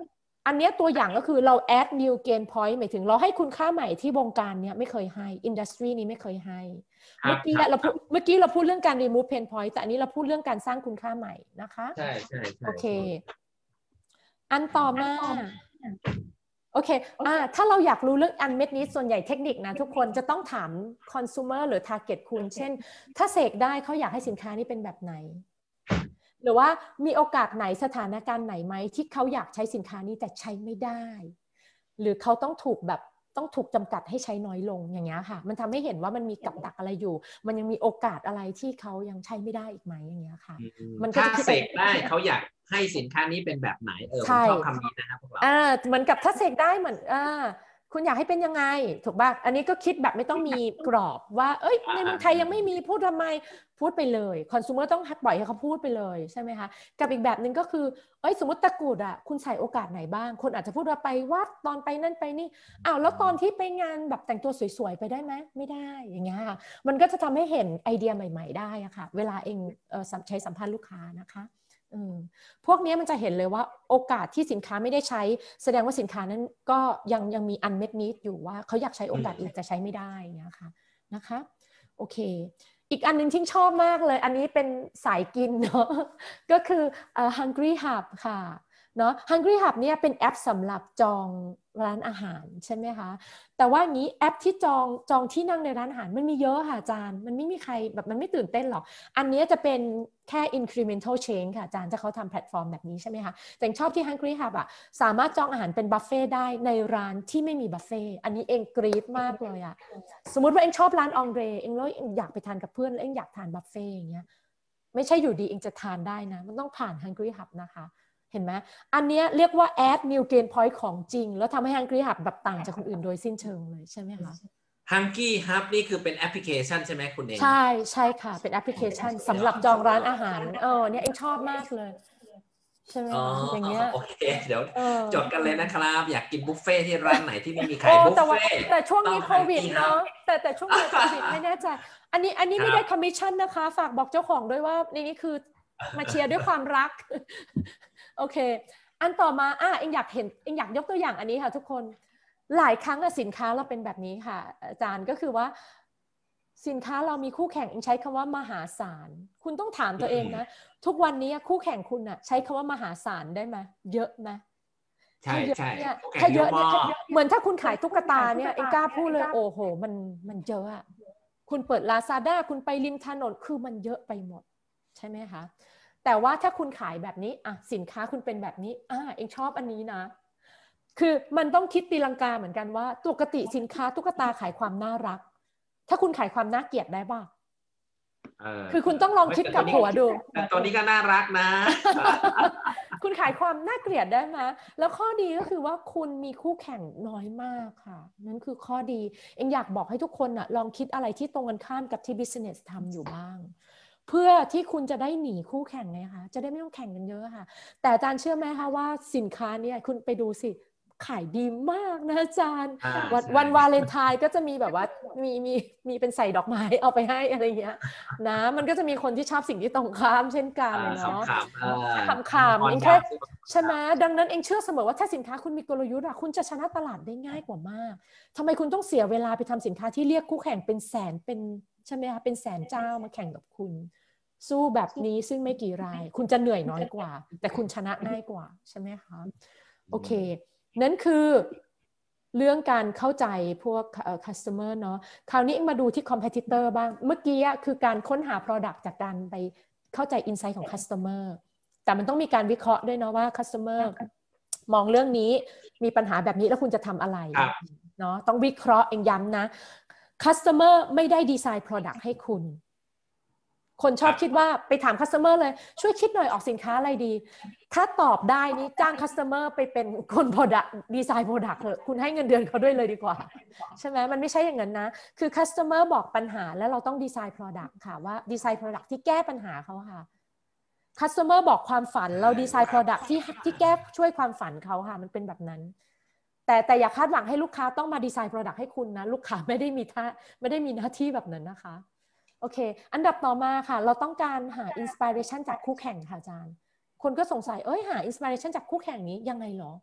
อันนี้ตัวอย่างก็คือเรา add new gain point หมายถึงเราให้คุณค่าใหม่ที่วงการเนี้ยไม่เคยให้ industry นี้ไม่เคยให้เมื่อกี้เราพูดเรื่องการ remove pain point แต่อันนี้เราพูดเรื่องการสร้างคุณค่าใหม่นะคะใช่ใช่โอเคอันต่อมาโอเคถ้าเราอยากรู้เรื่อง unmet need ส่วนใหญ่เทคนิคนะทุกคนจะต้องถาม consumer หรือ target คุณเช่นถ้าเสกได้เขาอยากให้สินค้านี้เป็นแบบไหนหรือว่ามีโอกาสไหนสถานการณ์ไหนไหมที่เขาอยากใช้สินค้านี้แต่ใช้ไม่ได้หรือเขาต้องถูกจำกัดให้ใช้น้อยลงอย่างเงี้ยค่ะมันทำให้เห็นว่ามันมีกับดักอะไรอยู่มันยังมีโอกาสอะไรที่เขายังใช้ไม่ได้อีกไหมอย่างเงี้ยค่ะมันก็ถ้าเสกได้เขาอยากให้สินค้านี้เป็นแบบไหนผมชอบคำนี้นะครับพวกเราเหมือนกับถ้าเสกได้เหมือนคุณอยากให้เป็นยังไงถูกป่ะอันนี้ก็คิดแบบไม่ต้องมีกรอบว่าเอ้ยในเมืองไทยยังไม่มีพูดทำไมพูดไปเลยคอน sumer ต้องปล่อยให้เขาพูดไปเลยใช่ไหมคะกับอีกแบบหนึ่งก็คือเอ้ยสมมติตะกรุดคุณใส่โอกาสไหนบ้างคนอาจจะพูดว่าไปวัดตอนไปนั่นไปนี่แล้วตอนที่ไปงานแบบแต่งตัวสวยๆไปได้ไหมไม่ได้อย่างเงี้ยมันก็จะทำให้เห็นไอเดียใหม่ๆได้อะค่ะเวลาเองใช้สัมภาษณ์ลูกค้านะคะพวกนี้มันจะเห็นเลยว่าโอกาสที่สินค้าไม่ได้ใช้แสดงว่าสินค้านั้นก็ยังมี unmet need อยู่ว่าเขาอยากใช้โอกาสอื่นแต่ใช้ไม่ได้นะคะโอเคอีกอันนึงที่ชอบมากเลยอันนี้เป็นสายกินเนาะก็คือHungry Hub ค่ะเนาะ Hungry Hub เนี่ยเป็นแอปสำหรับจองร้านอาหารใช่ไหมคะแต่ว่านี้แอปที่จองที่นั่งในร้านอาหารมันมีเยอะค่ะอาจารย์มันไม่มีใครแบบมันไม่ตื่นเต้นหรอกอันนี้จะเป็นแค่ incremental change ค่ะอาจารย์ถ้าเขาทำแพลตฟอร์มแบบนี้ใช่ไหมคะแต่ชอบที่ Hungry Hub สามารถจองอาหารเป็นบัฟเฟ่ได้ในร้านที่ไม่มีบัฟเฟ่อันนี้เองกรี๊ดมากเลยสมมุติว่าเองชอบร้านองเดรเองแล้วเองอยากไปทานกับเพื่อนแล้วเองอยากทานบัฟเฟ่อย่างเงี้ยไม่ใช่อยู่ดีเองจะทานได้นะมันต้องผ่าน Hungry Hub นะคะเห็นไหมอันนี้เรียกว่า add new gain point ของจริงแล้วทำให้ Hungry Hub แบบต่างจากคนอื่นโดยสิ้นเชิงเลยใช่ไหมคะ Hungry Hub นี่คือเป็นแอปพลิเคชันใช่ไหมคุณเองใช่ค่ะเป็นแอปพลิเคชันสำหรับจองร้านอาหารเนี่ยเองชอบมากเลยใช่ไหมคะอย่างเงี้ยโอเคเดี๋ยวจดกันเลยนะครับอยากกินบุฟเฟ่ที่ร้านไหนที่ไม่มีขายบุฟเฟ่แต่ช่วงนี้โควิดเนาะแต่ช่วงนี้โควิดไม่แน่ใจอันนี้ไม่ได้คอมมิชชั่นนะคะฝากบอกเจ้าของด้วยว่านี่คือมาเชียร์ด้วยความรักโอเคอันต่อมาเองอยากยกตัวอย่างอันนี้ค่ะทุกคนหลายครั้งสินค้าเราเป็นแบบนี้ค่ะอาจารย์ก็คือว่าสินค้าเรามีคู่แข่งใช้คำว่ามหาศาลคุณต้องถามตัวเองนะทุกวันนี้คู่แข่งคุณใช้คำว่ามหาศาลได้ไหมเยอะไหมใช่ใช่ถ้าเยอะเนี่ยเหมือนถ้าคุณขายตุ๊กตาเนี่ยเองกล้าพูดเลยโอ้โหมันเยอะคุณเปิด Lazada คุณไปริมถนนคือมันเยอะไปหมดใช่ไหมคะแต่ว่าถ้าคุณขายแบบนี้สินค้าคุณเป็นแบบนี้เองชอบอันนี้นะคือมันต้องคิดตีลังกาเหมือนกันว่าปกติสินค้าตุ๊กตาขายความน่ารักถ้าคุณขายความน่าเกลียดได้ป่ะคือคุณต้องลองคิดกับหัวดูแต่ตัวนี้ก็น่ารักนะคุณขายความน่าเกลียดได้ไหมแล้วข้อดีก็คือว่าคุณมีคู่แข่งน้อยมากค่ะนั่นคือข้อดีเองอยากบอกให้ทุกคนลองคิดอะไรที่ตรงกันข้ามกับที่ business ทำอยู่บ้างเพื่อที่คุณจะได้หนีคู่แข่งไงคะจะได้ไม่ต้องแข่งกันเยอะค่ะแต่อาจารย์เชื่อไหมคะว่าสินค้าเนี่ยคุณไปดูสิขายดีมากนะอาจารย์วันวาเลนไทน์ก็จะมีแบบว่ามีเป็นใส่ดอกไม้เอาไปให้อะไรเงี้ยนะมันก็จะมีคนที่ชอบสิ่งที่ตรงข้ามเช่นกันเนาะขำๆเองแค่ใช่ไหมดังนั้นเองเชื่อเสมอว่าถ้าสินค้าคุณมีกลยุทธ์คุณจะชนะตลาดได้ง่ายกว่ามากทำไมคุณต้องเสียเวลาไปทำสินค้าที่เรียกคู่แข่งเป็นแสนเป็นใช่ไหมคะเป็นแสนเจ้ามาแข่งกับคุณสู้แบบนี้ซึ่งไม่กี่รายคุณจะเหนื่อยน้อยกว่าแต่คุณชนะง่ายกว่าใช่ไหมคะโอเคนั่นคือเรื่องการเข้าใจพวกcustomer เนาะคราวนี้มาดูที่ competitor บ้างเมื่อกี้คือการค้นหา product จากการไปเข้าใจ insight ของ customer แต่มันต้องมีการวิเคราะห์ด้วยเนาะว่า customer มองเรื่องนี้มีปัญหาแบบนี้แล้วคุณจะทำอะไรเนาะต้องวิเคราะห์เองย้ำนะ customer ไม่ได้ดีไซน์ product ให้คุณคนชอบคิดว่าไปถาม customer เลยช่วยคิดหน่อยออกสินค้าอะไรดีถ้าตอบได้นี่จ้าง customer ไปเป็นคน product ดีไซน์ product เถอะคุณให้เงินเดือนเขาด้วยเลยดีกว่าใช่ไหมมันไม่ใช่อย่างนั้นนะคือ customer บอกปัญหาแล้วเราต้องดีไซน์ product ค่ะว่าดีไซน์ product ที่แก้ปัญหาเขาค่ะ customer บอกความฝันเราดีไซน์ product ที่แก้ช่วยความฝันเขาค่ะมันเป็นแบบนั้นแต่อย่าคาดหวังให้ลูกค้าต้องมาดีไซน์ product ให้คุณนะลูกค้าไม่ได้มีหน้าที่แบบนั้นนะคะโอเคอันดับต่อมาค่ะเราต้องการหา inspiration จากคู่แข่งค่ะอาจารย์คนก็สงสัยหา inspiration จากคู่แข่งนี้ยังไงหรอ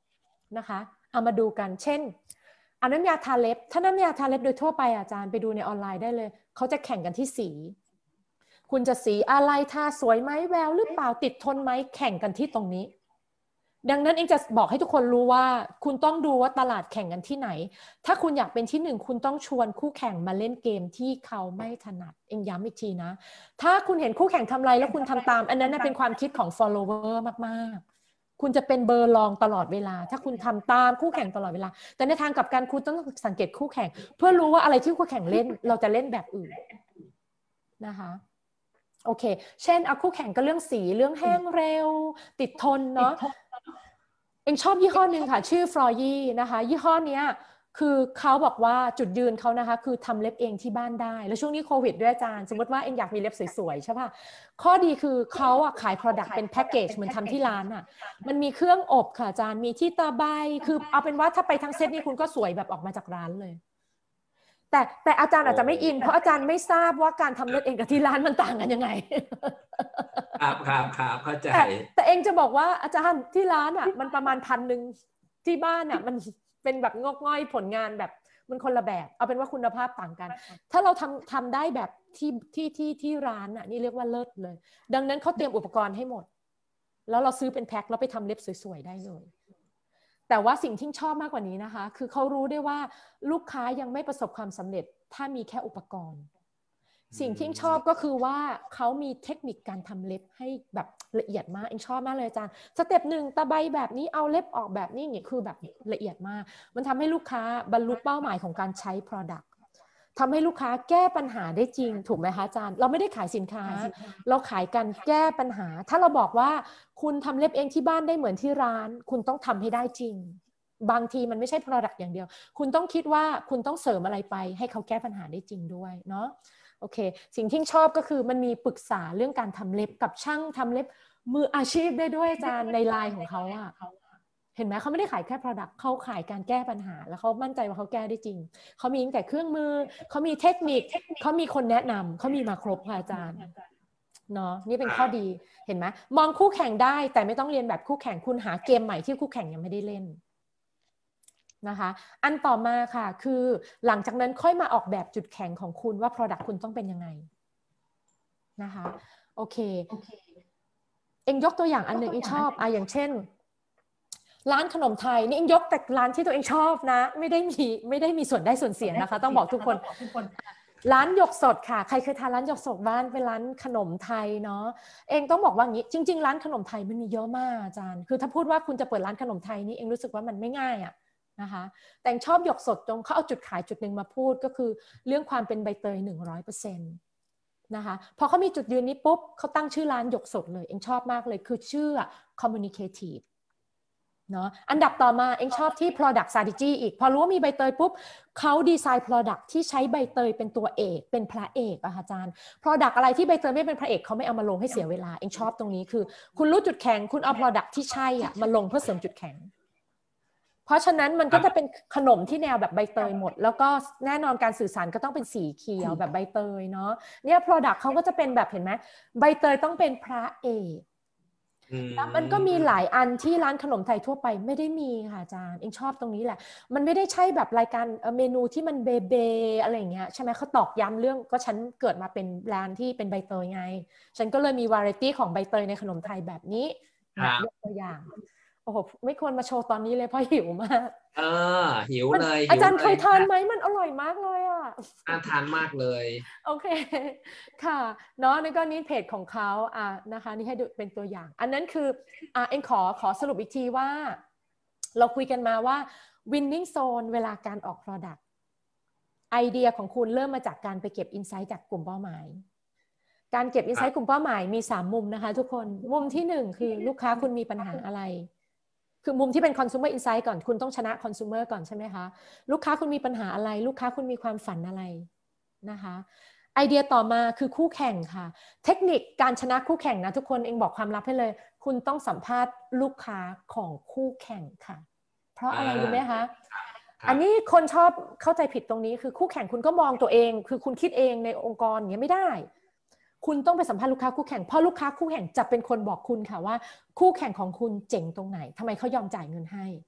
นะคะเอามาดูกันเช่นเอาน้ำยาทาเล็บถ้าน้ำยาทาเล็บโดยทั่วไปอาจารย์ไปดูในออนไลน์ได้เลยเขาจะแข่งกันที่สีคุณจะสีอะไรทาสวยไหมแววหรือเปล่าติดทนไหมแข่งกันที่ตรงนี้ดังนั้นเองจะบอกให้ทุกคนรู้ว่าคุณต้องดูว่าตลาดแข่งกันที่ไหนถ้าคุณอยากเป็นที่หนึ่งคุณต้องชวนคู่แข่งมาเล่นเกมที่เขาไม่ถนัดเองย้ำอีกทีนะถ้าคุณเห็นคู่แข่งทำอะไรแล้วคุณทำตามอันนั้นเป็นความคิดของ follower มากๆคุณจะเป็นเบอร์รองตลอดเวลาถ้าคุณทำตามคู่แข่งตลอดเวลาแต่ในทางกลับกันคุณต้องสังเกตคู่แข่งเพื่อรู้ว่าอะไรที่คู่แข่งเล่นเราจะเล่นแบบอื่นนะคะโอเคเช่นเอาคู่แข่งก็เรื่องสีเรื่องแห้งเร็วติดทนเนาะเองชอบยี่ห้อหนึ่งค่ะชื่อฟลอยี่นะคะยี่ห้อนี้คือเขาบอกว่าจุดยืนเขานะคะคือทำเล็บเองที่บ้านได้แล้วช่วงนี้โควิดด้วยอาจารย์สมมติว่าเองอยากมีเล็บสวยๆใช่ป่ะข้อดีคือเขาขาย Product เป็นแพ็กเกจเหมือนทำที่ร้านมันมีเครื่องอบค่ะอาจารย์มีที่ตาใบคือเอาเป็นว่าถ้าไปทั้งเซตนี่คุณก็สวยแบบออกมาจากร้านเลยแต่อาจารย์อาจจะไม่อินเพราะอาจารย์ไม่ทราบว่าการทำเล็บเองกับที่ร้านมันต่างกันยังไงครับเข้าใจแต่เองจะบอกว่าอาจารย์ที่ร้านมันประมาณ1,000ที่บ้านมันเป็นแบบงอกง่อยผลงานแบบมันคนละแบบเอาเป็นว่าคุณภาพต่างกันถ้าเราทำได้แบบที่ร้านนี่เรียกว่าเลิศเลยดังนั้นเขาเตรียมอุปกรณ์ให้หมดแล้วเราซื้อเป็นแพ็คแล้วไปทำเล็บสวยๆได้เลยแต่ว่าสิ่งที่ชอบมากกว่านี้นะคะคือเขารู้ได้ว่าลูกค้ายังไม่ประสบความสำเร็จถ้ามีแค่อุปกรณ์สิ่งที่ชอบก็คือว่าเขามีเทคนิคการทำเล็บให้แบบละเอียดมากเองชอบมากเลยอาจารย์สเต็ปหนึ่งตะไบแบบนี้เอาเล็บออกแบบนี้เนี่ยคือแบบละเอียดมากมันทำให้ลูกค้าบรรลุเป้าหมายของการใช้ Product ทำให้ลูกค้าแก้ปัญหาได้จริงถูกไหมคะอาจารย์เราไม่ได้ขายสินค้าเราขายการแก้ปัญหาถ้าเราบอกว่าคุณทำเล็บเองที่บ้านได้เหมือนที่ร้านคุณต้องทำให้ได้จริงบางทีมันไม่ใช่ Product อย่างเดียวคุณต้องคิดว่าคุณต้องเสริมอะไรไปให้เขาแก้ปัญหาได้จริงด้วยเนาะโอเคสิ่งที่ชอบก็คือมันมีปรึกษาเรื่องการทำเล็บกับช่างทำเล็บมืออาชีพได้ด้วยอาจารย์ในไลน์ของเขาเห็นไหมเขาไม่ได้ขายแค่ Product เขาขายการแก้ปัญหาแล้วเขามั่นใจว่าเขาแก้ได้จริงเขามีตั้งแต่เครื่องมือเขามีเทคนิคเขามีคนแนะนำเขามีมาครบค่ะอาจารย์เนาะนี่เป็นข้อดีเห็นไหมมองคู่แข่งได้แต่ไม่ต้องเรียนแบบคู่แข่งคุณหาเกมใหม่ที่คู่แข่งยังไม่ได้เล่นนะคะอันต่อมาค่ะคือหลังจากนั้นค่อยมาออกแบบจุดแข็งของคุณว่า Product คุณต้องเป็นยังไงนะคะโอเคเอ็งยกตัวอย่างอันหนึ่งเอ็งชอบอย่างเช่นร้านขนมไทยนี่เอ็งยกแต่ร้านที่ตัวเองชอบนะไม่ได้มีส่วนได้ส่วนเสียนะคะต้องบอกทุกคนร้านหยกสดค่ะใครเคยทานร้านหยกสดบ้านเป็นร้านขนมไทยเนาะเองต้องบอกว่างี้จริงๆร้านขนมไทยมันมีเยอะมากอาจารย์คือถ้าพูดว่าคุณจะเปิดร้านขนมไทยนี่เองรู้สึกว่ามันไม่ง่ายนะคะแต่ชอบหยกสดตรงเขาเอาจุดขายจุดหนึ่งมาพูดก็คือเรื่องความเป็นใบเตย 100%นะคะพอเขามีจุดยืนนี้ปุ๊บเขาตั้งชื่อร้านหยกสดเลยเองชอบมากเลยคือชื่อ communicative เนาะอันดับต่อมาเองชอบที่ product strategy อีกพอรู้ว่ามีใบเตยปุ๊บเขาดีไซน์ product ที่ใช้ใบเตยเป็นตัวเอกเป็นพระเอกอาจารย์ product อะไรที่ใบเตยไม่เป็นพระเอกเขาไม่เอามาลงให้เสียเวลาเองชอบตรงนี้คือคุณรู้จุดแข็งคุณเอา product ที่ใช่มาลงเพื่อเสริมจุดแข็งเพราะฉะนั้นมันก็จะเป็นขนมที่แนวแบบใบเตยหมดแล้วก็แน่นอนการสื่อสารก็ต้องเป็นสีเขียวแบบใบเตยเนาะเนี่ย product เขาก็จะเป็นแบบเห็นไหมใบเตยต้องเป็นพระเอกแล้วมันก็มีหลายอันที่ร้านขนมไทยทั่วไปไม่ได้มีค่ะอาจารย์เองชอบตรงนี้แหละมันไม่ได้ใช่แบบรายการเมนูที่มันเบอะไรอย่างเงี้ยใช่ไหมเขาตอกย้ำเรื่องก็ฉันเกิดมาเป็นร้านที่เป็นใบเตยไงฉันก็เลยมีวาไรตี้ของใบเตยในขนมไทยแบบนี้ยกตัวอย่างโอ้โหไม่ควรมาโชว์ตอนนี้เลยเพราะหิวมากหิวเลยอาจารย์เคยทานไหมมันอร่อยมากเลยน่าทานมากเลยโอเคค่ะเนาะนี่ก็นี่เพจของเขานะคะนี่ให้ดูเป็นตัวอย่างอันนั้นคือเอ็งขอสรุปอีกทีว่าเราคุยกันมาว่า winning zone เวลาการออก product ไอเดียของคุณเริ่มมาจากการไปเก็บ insight จากกลุ่มเป้าหมายการเก็บ insight กลุ่มเป้าหมายมี3มุมนะคะทุกคนมุมที่1คือลูกค้าคุณมีปัญหาอะไรคือมุมที่เป็น consumer insight ก่อนคุณต้องชนะ consumer ก่อนใช่ไหมคะลูกค้าคุณมีปัญหาอะไรลูกค้าคุณมีความฝันอะไรนะคะไอเดียต่อมาคือคู่แข่งค่ะเทคนิคการชนะคู่แข่งนะทุกคนเองบอกความลับให้เลยคุณต้องสัมภาษณ์ลูกค้าของคู่แข่งค่ะเพราะอะไรรู้ไหมคะอันนี้คนชอบเข้าใจผิดตรงนี้คือคู่แข่งคุณก็มองตัวเองคือคุณคิดเองในองค์กรอย่างเงี้ยไม่ได้คุณต้องไปสัมภาษณ์ลูกค้าคู่แข่งเพราะลูกค้าคู่แข่งจะเป็นคนบอกคุณค่ะว่าคู่แข่งของคุณเจ๋งตรงไหนทำไมเขายอมจ่ายเงินให้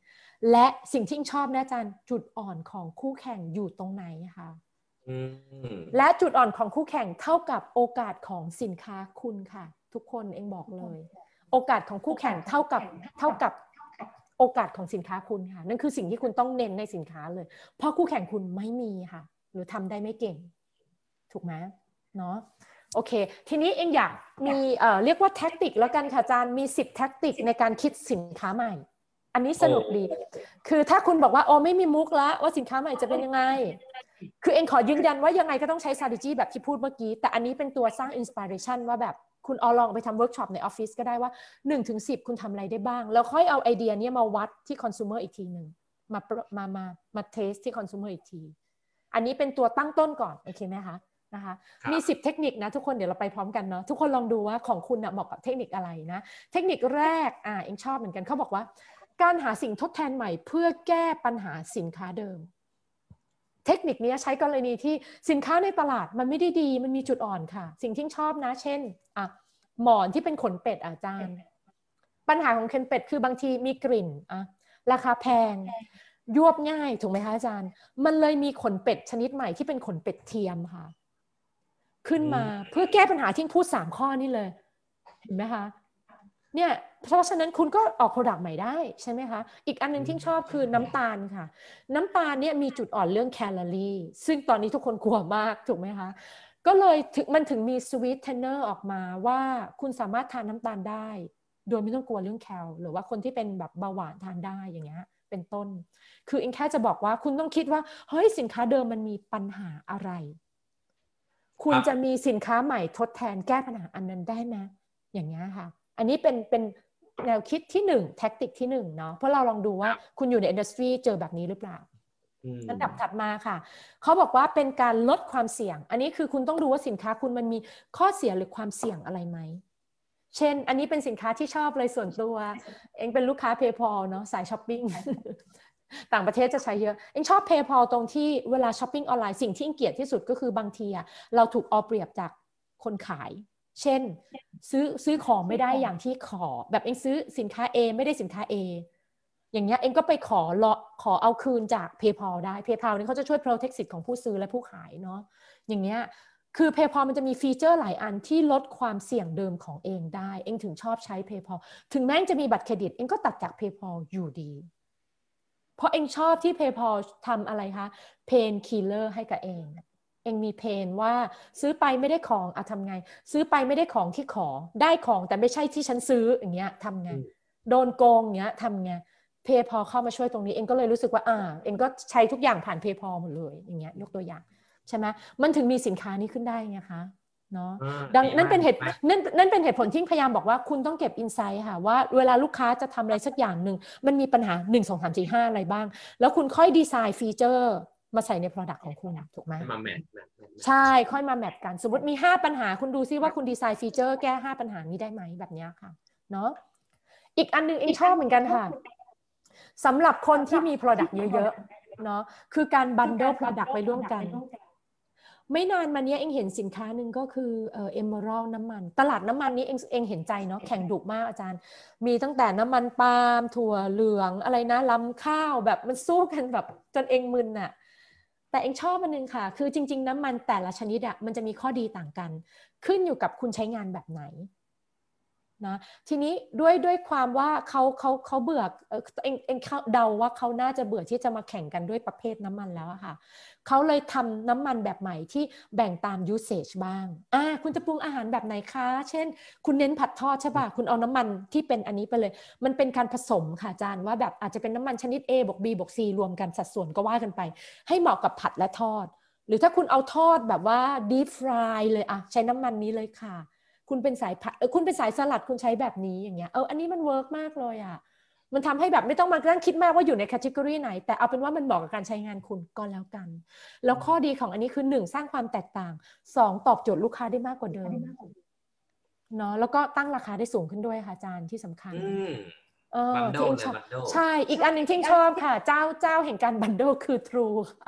และสิ่งที่ชอบนะอาจารย์จุดอ่อนของคู่แข่งอยู่ตรงไหนคะและจุดอ่อนของคู่แข่งเท่ากับโอกาสของสินค้าคุณค่ะทุกคนเองบอกเลยโอกาสของคู่แข่งเท่ากับโอกาสของสินค้าคุณค่ะนั่นคือสิ่งที่คุณต้องเน้นในสินค้าเลยเพราะคู่แข่งคุณไม่มีค่ะหรือทำได้ไม่เก่งถูกไหมเนาะโอเคทีนี้เองอยากมีเรียกว่าแท็กติกแล้วกันค่ะอาจารย์มี10แท็กติกในการคิดสินค้าใหม่อันนี้สนุกดีคือถ้าคุณบอกว่าโอ้ไม่มีมุกแล้วว่าสินค้าใหม่จะเป็นยังไงคือเองขอยืนยันว่ายังไงก็ต้องใช้ strategy แบบที่พูดเมื่อกี้แต่อันนี้เป็นตัวสร้าง inspiration ว่าแบบคุณลองไปทำเวิร์กช็อปในออฟฟิศก็ได้ว่า 1-10 คุณทำอะไรได้บ้างแล้วค่อยเอาไอเดียนี้มาวัดที่ consumer อีกทีหนึ่งมาเทสที่ consumer อีกทีอันนี้เป็นตัวตั้งต้นก่อนโอเคไหมคะนะคะมี10เทคนิคนะทุกคนเดี๋ยวเราไปพร้อมกันเนาะทุกคนลองดูว่าของคุณเหมาะกับเทคนิคอะไรนะเทคนิคแรกเองชอบเหมือนกันเขาบอกว่าการหาสิ่งทดแทนใหม่เพื่อแก้ปัญหาสินค้าเดิมเทคนิคนี้ใช้กรณีที่สินค้าในตลาดมันไม่ได้ดีมันมีจุดอ่อนค่ะสิ่งที่ชอบนะเช่นหมอนที่เป็นขนเป็ดอาจารย์ปัญหาของขนเป็ดคือบางทีมีกลิ่นราคาแพงยวบง่ายถูกไหมคะอาจารย์มันเลยมีขนเป็ดชนิดใหม่ที่เป็นขนเป็ดเทียมค่ะขึ้นมาเพื่อแก้ปัญหาที่พูด3ข้อนี้เลยเห็นไหมคะเนี่ยเพราะฉะนั้นคุณก็ออกโปรดักต์ใหม่ได้ใช่ไหมคะอีกอันนึงที่ชอบคือน้ำตาลค่ะน้ำตาลเนี่ยมีจุดอ่อนเรื่องแคลอรี่ซึ่งตอนนี้ทุกคนกลัวมากถูกไหมคะก็เลยมันถึงมีสวีทเทนเนอร์ออกมาว่าคุณสามารถทานน้ำตาลได้โดยไม่ต้องกลัวเรื่องแคลหรือว่าคนที่เป็นแบบเบาหวานทานได้อย่างเงี้ยเป็นต้นคือเองแค่จะบอกว่าคุณต้องคิดว่าเฮ้ยสินค้าเดิมมันมีปัญหาอะไรคุณจะมีสินค้าใหม่ทดแทนแก้ปัญหาอันนั้นได้ไหมอย่างเงี้ยค่ะอันนี้เป็นแนวคิดที่1แท็กติกที่1เนาะเพราะเราลองดูว่าคุณอยู่ในอินดัสทรีเจอแบบนี้หรือเปล่าอันดับถัดมาค่ะเขาบอกว่าเป็นการลดความเสี่ยงอันนี้คือคุณต้องดูว่าสินค้าคุณมันมีข้อเสียหรือความเสี่ยงอะไรไหมเช่นอันนี้เป็นสินค้าที่ชอบเลยส่วนตัวเองเป็นลูกค้า PayPal เนาะสายช้อปปิ้ง ต่างประเทศจะใช้เยอะเองชอบ PayPal ตรงที่เวลาช้อปปิ้งออนไลน์สิ่งที่เองเกลียดที่สุดก็คือบางทีเราถูกเอาเปรียบจากคนขายเช่นซื้อของไม่ได้อย่างที่ขอแบบเองซื้อสินค้า A ไม่ได้สินค้า A อย่างเงี้ยเองก็ไปขอเอาคืนจาก PayPal ได้ PayPal นี่เขาจะช่วย protect สิทธิ์ของผู้ซื้อและผู้ขายเนาะอย่างเงี้ยคือ PayPal มันจะมีฟีเจอร์หลายอันที่ลดความเสี่ยงเดิมของเองได้เองถึงชอบใช้ PayPal ถึงแม้จะมีบัตรเครดิตเองก็ตัดจาก PayPal อยู่ดีเพราะเองชอบที่ PayPal ทำอะไรคะ Pain Killer ให้กับเองมีเพนว่าซื้อไปไม่ได้ของทำไงซื้อไปไม่ได้ของที่ขอได้ของแต่ไม่ใช่ที่ฉันซื้ออย่างเงี้ยทำไงโดนโกงเงี้ยทำไง PayPal เข้ามาช่วยตรงนี้เองก็เลยรู้สึกว่าเองก็ใช้ทุกอย่างผ่าน PayPal หมดเลยอย่างเงี้ยยกตัวอย่างใช่ไหมมันถึงมีสินค้านี้ขึ้นได้ไงคะเนาะนั่นเป็นเหตุผลที่พยายามบอกว่าคุณต้องเก็บอินไซต์ค่ะว่าเวลาลูกค้าจะทำอะไรสักอย่างหนึ่งมันมีปัญหา1 2 3 4 5อะไรบ้างแล้วคุณค่อยดีไซน์ฟีเจอร์มาใส่ใน Product ของคุณถูกไหมมาแมทใช่ค่อยมาแมทกันสมมติมี5ปัญหาคุณดูซิว่าคุณดีไซน์ฟีเจอร์แก้5ปัญหานี้ได้ไหมแบบนี้ค่ะเนาะอีกอันนึงเองชอบเหมือนกันค่ะสำหรับคนที่มี Product เยอะๆเนาะคือการ Bundle Product ไปร่วมกันไม่นานมานี้เองเห็นสินค้าหนึ่งก็คือEmerald น้ำมันตลาดน้ำมันนี้เองเห็นใจเนาะแข่งดุมากอาจารย์มีตั้งแต่น้ำมันปาล์มถั่วเหลืองอะไรนะลำข้าวแบบมันสู้กันแบบจนเองมึนอะแต่เองชอบมันนึงค่ะคือจริงๆน้ำมันแต่ละชนิดมันจะมีข้อดีต่างกันขึ้นอยู่กับคุณใช้งานแบบไหนนะทีนี้ด้วยความว่าเขาเบื่อเองเดาว่าเขาน่าจะเบื่อที่จะมาแข่งกันด้วยประเภทน้ำมันแล้วค่ะเขาเลยทำน้ำมันแบบใหม่ที่แบ่งตาม usage บ้างคุณจะปรุงอาหารแบบไหนคะเช่นคุณเน้นผัดทอดใช่ป่ะคุณเอาน้ำมันที่เป็นอันนี้ไปเลยมันเป็นการผสมค่ะอาจารย์ว่าแบบอาจจะเป็นน้ำมันชนิด A บวก B บวก C รวมกันสัดส่วนก็ว่ากันไปให้เหมาะกับผัดและทอดหรือถ้าคุณเอาทอดแบบว่า deep fry เลยใช้น้ำมันนี้เลยค่ะคุณเป็นสายผัดคุณเป็นสายสลัดคุณใช้แบบนี้อย่างเงี้ยอันนี้มันเวิร์กมากเลยมันทำให้แบบไม่ต้องมานั่งคิดมากว่าอยู่ในแคตตากรีไหนแต่เอาเป็นว่ามันเหมาะกับการใช้งานคุณก็แล้วกันแล้วข้อดีของอันนี้คือ1สร้างความแตกต่าง2ตอบโจทย์ลูกค้าได้มากกว่าเดิมเนาะแล้วก็ตั้งราคาได้สูงขึ้นด้วยค่ะอาจารย์ที่สำคัญที่ชอบใช่อีกอันหนึ่งที่ชอบค่ะเจ้าแห่งการบันโดคือ True ค่ะ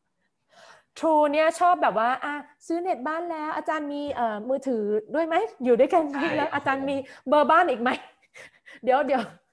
True เนี่ยชอบแบบว่าซื้อเน็ตบ้านแล้วอาจารย์มีมือถือด้วยไหมอยู่ด้วยกันไหมแล้วอาจารย์มีเบอร์บ้านอีกไหมเดี๋ยว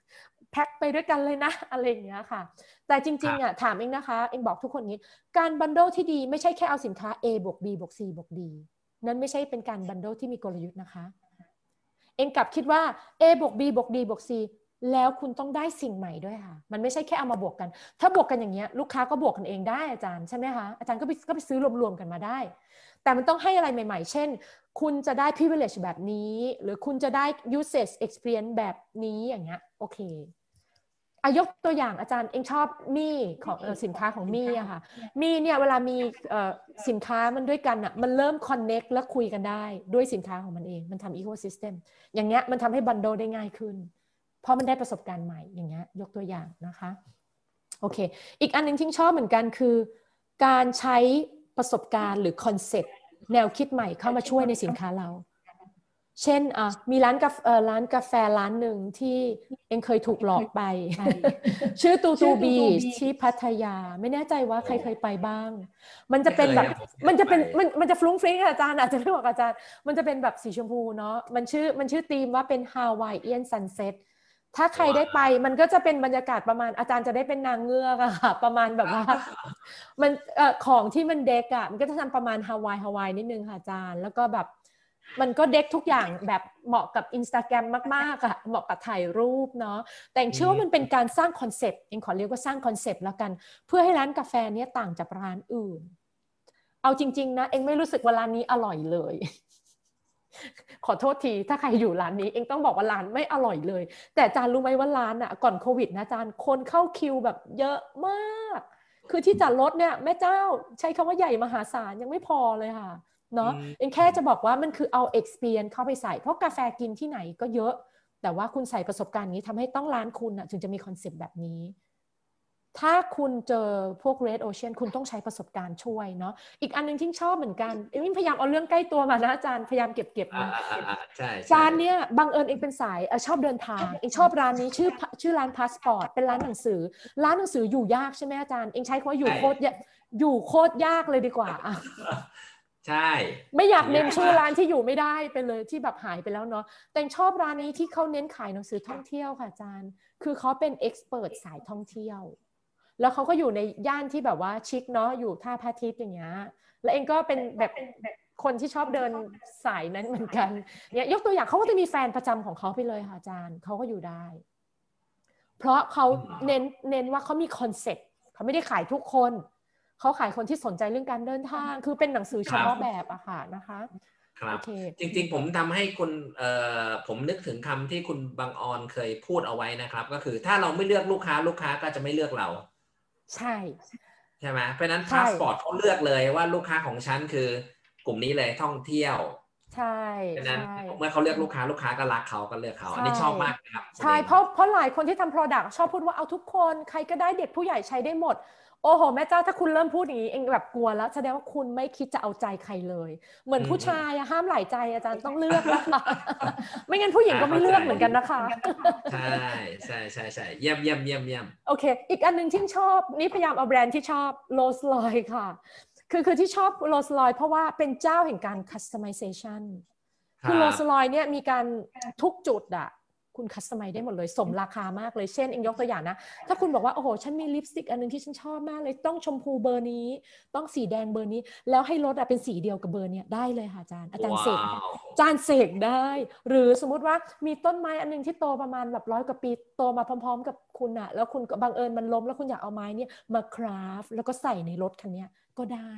แพ็คไปด้วยกันเลยนะอะไรอย่างเงี้ยค่ะแต่จริงๆอ่ะถามเองนะคะเองบอกทุกคนนี้การบันเดิลที่ดีไม่ใช่แค่เอาสินค้า A บวก B บวก C บวก D นั้นไม่ใช่เป็นการบันเดิลที่มีกลยุทธ์นะคะเองกลับคิดว่า A บวก B บวก D บวก C แล้วคุณต้องได้สิ่งใหม่ด้วยค่ะมันไม่ใช่แค่เอามาบวกกันถ้าบวกกันอย่างเงี้ยลูกค้าก็บวกกันเองได้อาจารย์ใช่ไหมคะอาจารย์ก็ไปซื้อรวมๆกันมาได้แต่มันต้องให้อะไรใหม่ๆเช่นคุณจะได้ privilege แบบนี้หรือคุณจะได้ usage experience แบบนี้อย่างเงี้ยโอเคยกตัวอย่างอาจารย์เองชอบมี่ของสินค้าของมี่อะค่ะมี่เนี่ยเวลามีสินค้ามันด้วยกันอะมันเริ่ม connect และคุยกันได้ด้วยสินค้าของมันเองมันทำ ecosystem อย่างเงี้ยมันทำให้บันโดได้ง่ายขึ้นเพราะมันได้ประสบการณ์ใหม่อย่างเงี้ยยกตัวอย่างนะคะโอเคอีกอันหนึ่งที่ชอบเหมือนกันคือการใช้ประสบการณ์หรือคอนเซ็ปต์แนวคิดใหม่เข้ามาช่วยในสินค้าเราเช่นมีร้านกาแฟร้านหนึ่งที่เองเคยถูกหลอกไป ชื่อตูบีชที่พัทยาไม่แน่ใจว่าใครเคยไปบ้างมันจะเป็นแบบมันจะฟลุ้งฟริ้งอาจารย์อาจจะเรียกว่าอาจารย์มันจะเป็นแบบสีชมพูเนาะมันชื่อธีมว่าเป็นฮาวายเอียนซันเซ็ตถ้าใครได้ไปมันก็จะเป็นบรรยากาศประมาณอาจารย์จะได้เป็นนางเงือกอะค่ะประมาณแบบว่ามันของที่มันเด็กอะมันก็จะทำประมาณฮาวายนิดนึงค่ะอาจารย์แล้วก็แบบมันก็เด็กทุกอย่างแบบเหมาะกับ Instagram มากๆอะเหมาะกับถ่ายรูปเนาะแต่เชื่อว่ามันเป็นการสร้างคอนเซปต์เองขอเรียกว่าสร้างคอนเซปต์แล้วกันเพื่อให้ร้านกาแฟเนี้ยต่างจากร้านอื่นเอาจริงๆนะเองไม่รู้สึกว่าร้านนี้อร่อยเลยขอโทษทีถ้าใครอยู่ร้านนี้เองต้องบอกว่าร้านไม่อร่อยเลยแต่อาจารย์รู้ไหมว่าร้านอ่ะก่อนโควิดนะอาจารย์คนเข้าคิวแบบเยอะมากคือที่จอดรถเนี่ยแม่เจ้าใช้คำว่าใหญ่มหาศาลยังไม่พอเลยค่ะเนาะเองแค่จะบอกว่ามันคือเอา experience เข้าไปใส่เพราะกาแฟกินที่ไหนก็เยอะแต่ว่าคุณใส่ประสบการณ์นี้ทำให้ต้องร้านคุณอ่ะถึงจะมีคอนเซ็ปต์แบบนี้ถ้าคุณเจอพวก Red Ocean คุณต้องใช้ประสบการณ์ช่วยเนาะอีกอันนึงที่ชอบเหมือนกันเอ็มพยายามเอาเรื่องใกล้ตัวมานะอาจารย์พยายามเก็บนะใช่ร้านเนี้ยบังเอิญเองเป็นสายชอบเดินทางเองชอบร้านนี้ชื่อร้านพาสปอร์ตเป็นร้านหนังสืออยู่ยากใช่ไหมอาจารย์เองใช้คำว่าอยู่โคตรยากเลยดีกว่าใช่ไม่อยากเน้นชื่อร้านที่อยู่ไม่ได้ไปเลยที่แบบหายไปแล้วเนาะแต่ชอบร้านนี้ที่เขาเน้นขายหนังสือท่องเที่ยวค่ะอาจารย์คือเขาเป็นเอ็กซ์เพรสสายท่องเที่ยวแล้วเขาก็อยู่ในย่านที่แบบว่าชิคเนาะอยู่ท่าพระอาทิตย์อย่างเงี้ยแล้วเองก็เป็นแบบคนที่ชอบเดินสายนั้นเหมือนกันเนี่ยยกตัวอย่างเขาก็จะมีแฟนประจำของเขาไปเลยค่ะอาจารย์เขาก็อยู่ได้เพราะเขาเน้นว่าเขามีคอนเซ็ปต์เขาไม่ได้ขายทุกคนเขาขายคนที่สนใจเรื่องการเดินทางคือเป็นหนังสือเฉพาะแบบอะค่ะนะคะครับจริงๆผมทำให้คุณผมนึกถึงคำที่คุณบางออนเคยพูดเอาไว้นะครับก็คือถ้าเราไม่เลือกลูกค้าก็จะไม่เลือกเราใช่ไหมเพราะนั้นพาสปอร์ตเขาเลือกเลยว่าลูกค้าของฉันคือกลุ่มนี้เลยท่องเที่ยวใช่เพราะนั้นเมื่อเขาเลือกลูกค้าก็รักเขาก็เลือกเขาอันนี้ชอบมากครับใช่เพราะหลายคนที่ทำ Product ชอบพูดว่าเอาทุกคนใครก็ได้เด็กผู้ใหญ่ใช้ได้หมดโอ้โหแม่เจ้าถ้าคุณเริ่มพูดอย่างนี้เองแบบกลัวแล้วแสดงว่าคุณไม่คิดจะเอาใจใครเลยเหมือนผู้ชายห้ามหลายใจอาจารย์ต้องเลือกนะคะไม่งั้นผู้หญิงก็ไม่เลือกเหมือนกันนะคะใช่เยี่ยมโอเคอีกอันหนึ่งที่ชอบนี่พยายามเอาแบรนด์ที่ชอบโรสลอยค่ะคือที่ชอบโรสลอยเพราะว่าเป็นเจ้าแห่งการ customization คือโรสลอยเนี่ยมีการทุกจุดอะคุณคัสตอมไมซ์ได้หมดเลยสมราคามากเลยเช่นเองยกตัวอย่างนะถ้าคุณบอกว่าโอ้โหฉันมีลิปสติกอันนึงที่ฉันชอบมากเลยต้องชมพูเบอร์นี้ต้องสีแดงเบอร์นี้แล้วให้รถเป็นสีเดียวกับเบอร์เนี้ยได้เลยค่ะอาจารย์เสกได้หรือสมมุติว่ามีต้นไม้อันนึงที่โตประมาณแบบ100 กว่าปีโตมาพร้อมๆกับคุณอะแล้วคุณบังเอิญมันล้มแล้วคุณอยากเอาไม้เนี่ยมาคราฟแล้วก็ใส่ในรถคันนี้ก็ได้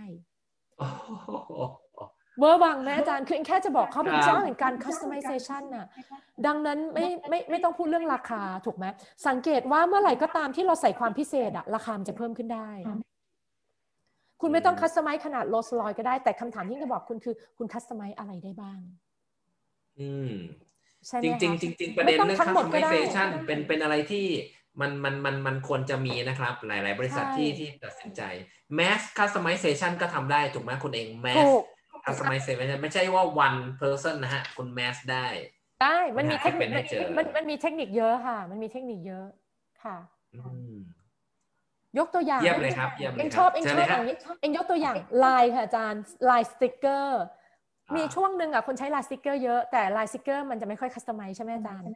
เวอร์วังไหมอาจารย์คือแค่จะบอกเขาเป็นเจ้าแห่งการ customization น่ะดังนั้นไม่ต้องพูดเรื่องราคาถูกไหมสังเกตว่าเมื่อไหร่ก็ตามที่เราใส่ความพิเศษอะราคามันจะเพิ่มขึ้นได้คุณไม่ต้อง customize ขนาดโรลส์รอยก็ได้แต่คำถามที่จะบอกคุณคือคุณ customize อะไรได้บ้างใช่ไหมจริงประเด็นเรื่อง customization เป็นอะไรที่มันควรจะมีนะครับหลายๆบริษัทที่ตัดสินใจ mass customization ก็ทำได้ถูกไหมคุณเอง mass customization ไม่ใช่ว่า one person นะฮะคุณ mass ได้มันมีเทคนิคมันมีเทคนิคเยอะค่ะมันมีเทคนิคเยอะค่ะยกตัวอย่างเยี่ยมเลยครับเองชอบอย่างนี้เองยกตัวอย่างไลน์ค่ะอาจารย์ไลน์สติ๊กเกอร์มีช่วงหนึ่งคนใช้ไลน์สติ๊กเกอร์เยอะแต่ไลน์สติ๊กเกอร์มันจะไม่ค่อยคัสตอมไมซ์ใช่ไหมอาจารย์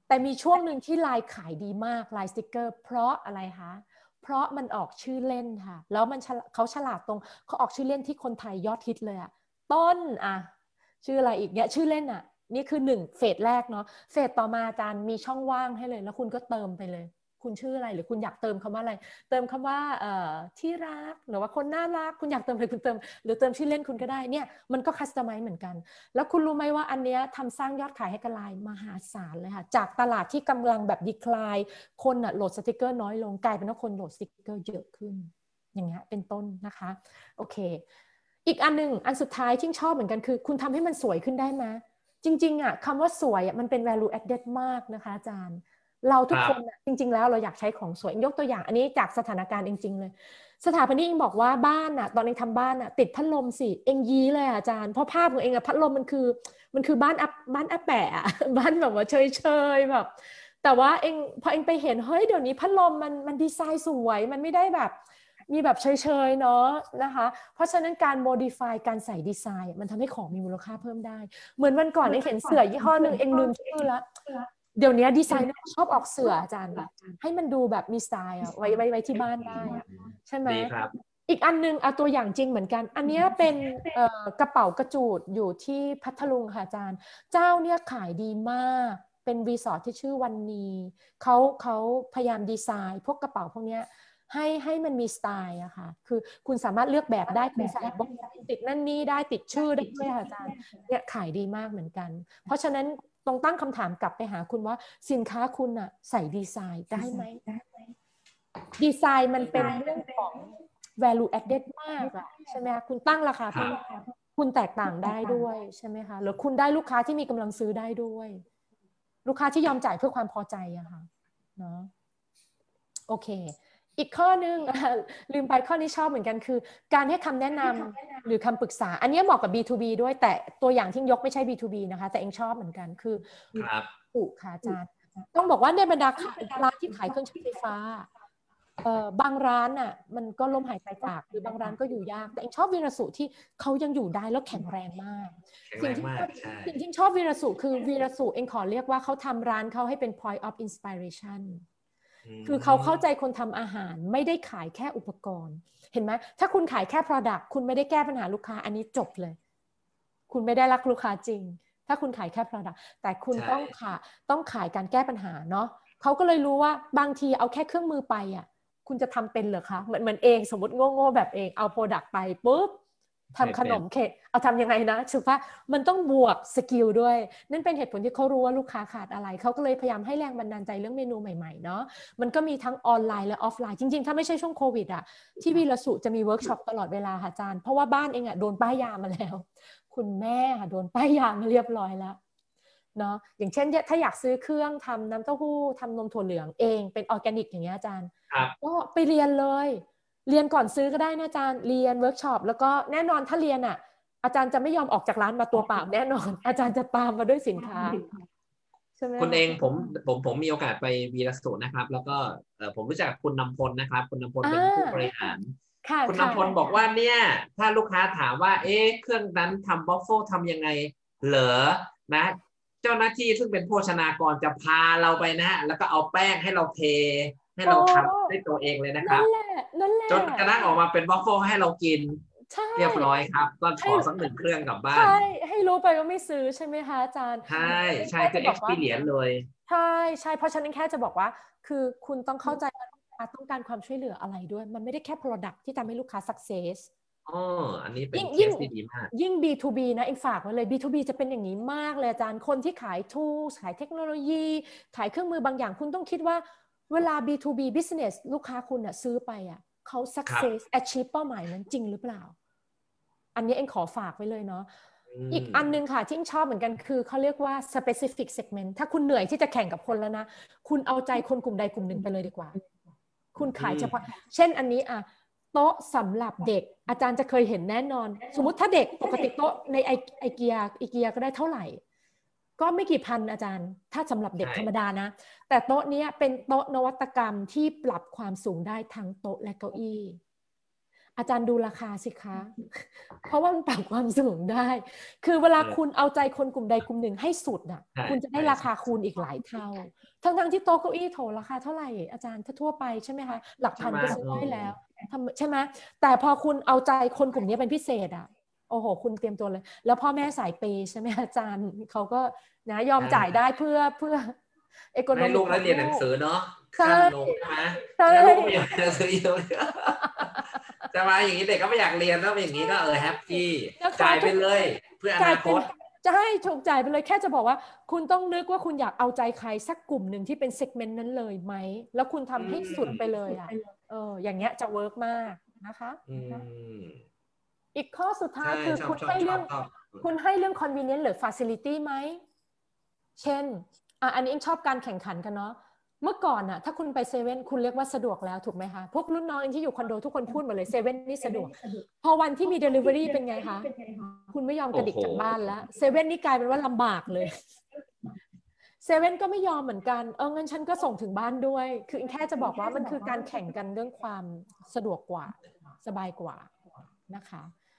แต่มีช่วงหนึ่งที่ไลน์ขายดีมากไลน์สติกเกอร์เพราะอะไรคะเพราะมันออกชื่อเล่นค่ะแล้วเขาฉลาดตรงเขาออกชื่อเล่นที่คนไทยยอดฮิตเลยอะต้นอะชื่ออะไรอีกเนี่ยชื่อเล่นอะนี่คือ1 เฟสแรกเนาะเฟสต่อมาอาจารย์มีช่องว่างให้เลยแล้วคุณก็เติมไปเลยคุณชื่ออะไรหรือคุณอยากเติมคำว่าอะไรเติมคำว่าที่รักหรือว่าคนน่ารักคุณอยากเติมอะไรคุณเติมหรือเติมชื่อเล่นคุณก็ได้เนี่ยมันก็คัสตอมไมซ์เหมือนกันแล้วคุณรู้ไหมว่าอันเนี้ยทำสร้างยอดขายให้กับไลน์มหาศาลเลยค่ะจากตลาดที่กำลังแบบดีคลายคนโหลดสติกเกอร์น้อยลงกลายเป็นว่าคนโหลดสติกเกอร์เยอะขึ้นอย่างเงี้ยเป็นต้นนะคะโอเคอีกอันหนึ่งอันสุดท้ายที่ชอบเหมือนกันคือคุณทำให้มันสวยขึ้นได้ไหมจริงๆคำว่าสวยมันเป็น value added มากนะคะอาจารย์เราทุกคนจริงๆแล้วเราอยากใช้ของสวยยกตัวอย่างอันนี้จากสถานการณ์จริงๆเลยสถาปนิกเองบอกว่าบ้านตอนเองทำบ้านติดพัดลมสิเองยี้เลยอาจารย์เพราะภาพของเองพัดลมมันคือบ้านอัปแปะบ้านแบบว่าเฉยๆแบบแต่ว่าเองพอเองไปเห็นเฮ้ยเดี๋ยวนี้พัดลมมันดีไซน์สวยมันไม่ได้แบบมีแบบเฉยๆเนาะนะคะเพราะฉะนั้นการ modify การใส่ดีไซน์มันทำให้ของมีมูลค่าเพิ่มได้เหมือนวันก่อนเองเห็นเสื่อยี่ห้อหนึ่งเองลืมชื่อละเดี๋ยวนี้ดีไซเนอร์ชอบออกเสื่ออาจารย์แบบให้มันดูแบบมีสไตล์ไว้ที่บ้านได้ใช่ไหมอีกอันนึงเอาตัวอย่างจริงเหมือนกันอันนี้เป็นกระเป๋ากระจูดอยู่ที่พัทลุงค่ะอาจารย์เจ้าเนี่ยขายดีมากเป็นรีสอร์ทที่ชื่อวันนีเขาพยายามดีไซน์พวกกระเป๋าพวกนี้ให้มันมีสไตล์อะค่ะคือคุณสามารถเลือกแบบได้คุณใส่บล็อกติดนั่นนี่ได้ติดชื่อได้ด้วยค่ะอาจารย์เนี่ยขายดีมากเหมือนกันเพราะฉะนั้นต้องตั้งคำถามกลับไปหาคุณว่าสินค้าคุณใส่ดีไซน์ได้ไหมดีไซน์มันเป็นเรื่องของ value added มากใช่ไหมคะคุณตั้งราคาเท่าไหร่คุณแตกต่างได้ด้วยใช่ไหมคะหรือคุณได้ลูกค้าที่มีกำลังซื้อได้ด้วยลูกค้าที่ยอมจ่ายเพื่อความพอใจอะค่ะเนาะโอเคอีกข้อนึงลืมไปข้อนี้ชอบเหมือนกันคือการให้คำแนะนำหรือคำปรึกษาอันนี้เหมาะกับ B2B ด้วยแต่ตัวอย่างที่ยกไม่ใช่ B2B นะคะแต่เองชอบเหมือนกันคือถูกค่ะอาจารย์ต้องบอกว่าในบรรดาร้านที่ขายเครื่องใช้ไฟฟ้าบางร้านมันก็ล้มหายตายจากหรือบางร้านก็อยู่ยากแต่เองชอบวีรสุที่เขายังอยู่ได้แล้วแข็งแรงมากสิ่งที่ชอบวีรสุคือวีรสุเองขอเรียกว่าเขาทำร้านเขาให้เป็น point of inspiration คือเขาเข้าใจคนทำอาหารไม่ได้ขายแค่อุปกรณ์เห็นไหมถ้าคุณขายแค่ product คุณไม่ได้แก้ปัญหาลูกค้าอันนี้จบเลยคุณไม่ได้รักลูกค้าจริงถ้าคุณขายแค่ product แต่คุณต้องขายการแก้ปัญหาเนาะเขาก็เลยรู้ว่าบางทีเอาแค่เครื่องมือไปคุณจะทำเป็นเหรอคะเหมือนเองสมมติโง่ๆแบบเองเอาโปรดักต์ไปปุ๊บทำขนมเค้กเอาทำยังไงนะถือว่ามันต้องบวกสกิลด้วยนั่นเป็นเหตุผลที่เขารู้ว่าลูกค้าขาดอะไรเขาก็เลยพยายามให้แรงบันดาลใจเรื่องเมนูใหม่ๆเนาะมันก็มีทั้งออนไลน์และออฟไลน์จริงๆถ้าไม่ใช่ช่วงโควิดที่วีรสุจะมีเวิร์กช็อปตลอดเวลาค่ะอาจารย์เพราะว่าบ้านเองโดนป้ายยามาแล้วคุณแม่โดนป้ายยามาเรียบร้อยแล้วเนาะอย่างเช่นถ้าอยากซื้อเครื่องทำน้ำเต้าหู้ทำนมถั่วเหลืองเองเป็นออร์แกนิกอย่างเงี้ยอาจารย์ก็ไปเรียนเลยเรียนก่อนซื้อก็ได้นะอาจารย์เรียนเวิร์กช็อปแล้วก็แน่นอนถ้าเรียนอาจารย์จะไม่ยอมออกจากร้านมาตัวเปล่าแน่นอนอาจารย์จะตามมาด้วยสินค้าใช่ไหมคุณเองผมมีโอกาสไปวีรสุนะครับแล้วก็ผมรู้จักคุณนำพลนะครับคุณนำพลเป็นผู้บริหารคุณนำพลบอกว่าเนี่ยถ้าลูกค้าถามว่าเครื่องนั้นทำบัฟเฟิลทำยังไงเหรอนะเจ้าหน้าที่ซึ่งเป็นโภชนากรจะพาเราไปนะแล้วก็เอาแป้งให้เราเทให้เราทำด้วยตัวเองเลยนะครับนั่นแหละจนกระทั่งออกมาเป็นบัฟเฟิลให้เรากินเรียบร้อยครับก็ขอสัก1 เครื่องกลับบ้านใช่ให้รู้ไปว่าไม่ซื้อใช่ไหมคะอาจารย์ใช่คือ experience เลยใช่เพราะฉะนั้นแค่จะบอกว่าคือคุณต้องเข้าใจว่าลูกค้าต้องการความช่วยเหลืออะไรด้วยมันไม่ได้แค่ product ที่ทำให้ลูกค้า success อันนี้เป็นเคสที่ดีมากยิ่ง B2B นะเองฝากไว้เลย B2B จะเป็นอย่างนี้มากเลยอาจารย์คนที่ขาย tools ขายเทคโนโลยีขายเครื่องมือบางอย่างคุณต้องคิดว่าเวลา B2B business ลูกค้าคุณซื้อไปเขา success achieve เป้าหมายนั้นจริงหรือเปล่าอันนี้เองขอฝากไว้เลยเนาะอีกอันนึงค่ะที่ชอบเหมือนกันคือเขาเรียกว่า specific segment ถ้าคุณเหนื่อยที่จะแข่งกับคนแล้วนะคุณเอาใจคนกลุ่มใดกลุ่มหนึ่งไปเลยดีกว่าคุณขายเฉพาะเช่นอันนี้โต๊ะสำหรับเด็กอาจารย์จะเคยเห็นแน่นอนสมมุติถ้าเด็กปกติโต๊ะในไอเกียก็ได้เท่าไหร่ก็ไม่กี่พันอาจารย์ถ้าสำหรับเด็กธรรมดานะแต่โต๊ะนี้เป็นโต๊ะนวัตกรรมที่ปรับความสูงได้ทั้งโต๊ะและเก้าอี้อาจารย์ดูราคาสิคะเพราะว่ามันปรับความสูงได้คือเวลาคุณเอาใจคนกลุ่มใดกลุ่มหนึ่งให้สุดน่ะคุณจะได้ราคาคูณอีกหลายเท่าทั้งที่โต๊ะเก้าอี้โถราคาเท่าไหร่อาจารย์ถ้าทั่วไปใช่ไหมคะหลักพันก็ซื้อได้แล้วใช่ไหมแต่พอคุณเอาใจคนกลุ่มนี้เป็นพิเศษอ่ะโอ้โหคุณเตรียมตัวเลยแล้วพ่อแม่สายเปย์ใช่ไหมอาจารย์เขาก็นะยอมจ่ายได้เพื่อเอโกโนมิกให้ลูกได้เรียนหนังสือเนาะขั้นลงนะลูกไม่อยากเรียนหนังสือเยอะจะมาอย่างนี้เด็กก็ไม่อยากเรียนแล้วอย่างนี้ก็แฮปปี้จ่ายไปเลยเพื่ออนาคตจะให้ถูกจ่ายไปเลยแค่จะบอกว่าคุณต้องนึกว่าคุณอยากเอาใจใครสักกลุ่มหนึ่งที่เป็นเซกเมนต์นั้นเลยไหมแล้วคุณทำให้สุดไปเลยอ่ะอย่างเงี้ยจะเวิร์กมากนะคะอีกข้อสุดท้ายคือคุณให้เรื่อง convenience หรือ facility ไหมเช่นอันนี้เองชอบการแข่งขันกันเนาะเมื่อก่อนน่ะถ้าคุณไปเซเว่นคุณเรียกว่าสะดวกแล้วถูกไหมคะพวกรุ่นน้องที่อยู่คอนโดทุกคนพูดหมดเลยเซเว่นนี่สะดวกพอวันที่มี delivery เป็นไงคะคุณไม่ยอมกระดิกจากบ้านแล้วเซเว่นนี่กลายเป็นว่าลำบากเลยเซเว่นก็ไม่ยอมเหมือนกันงั้นฉันก็ส่งถึงบ้านด้วยคือแค่จะบอกว่ามันคือการแข่งกันเรื่องความสะดวกกว่าสบายกว่านะคะ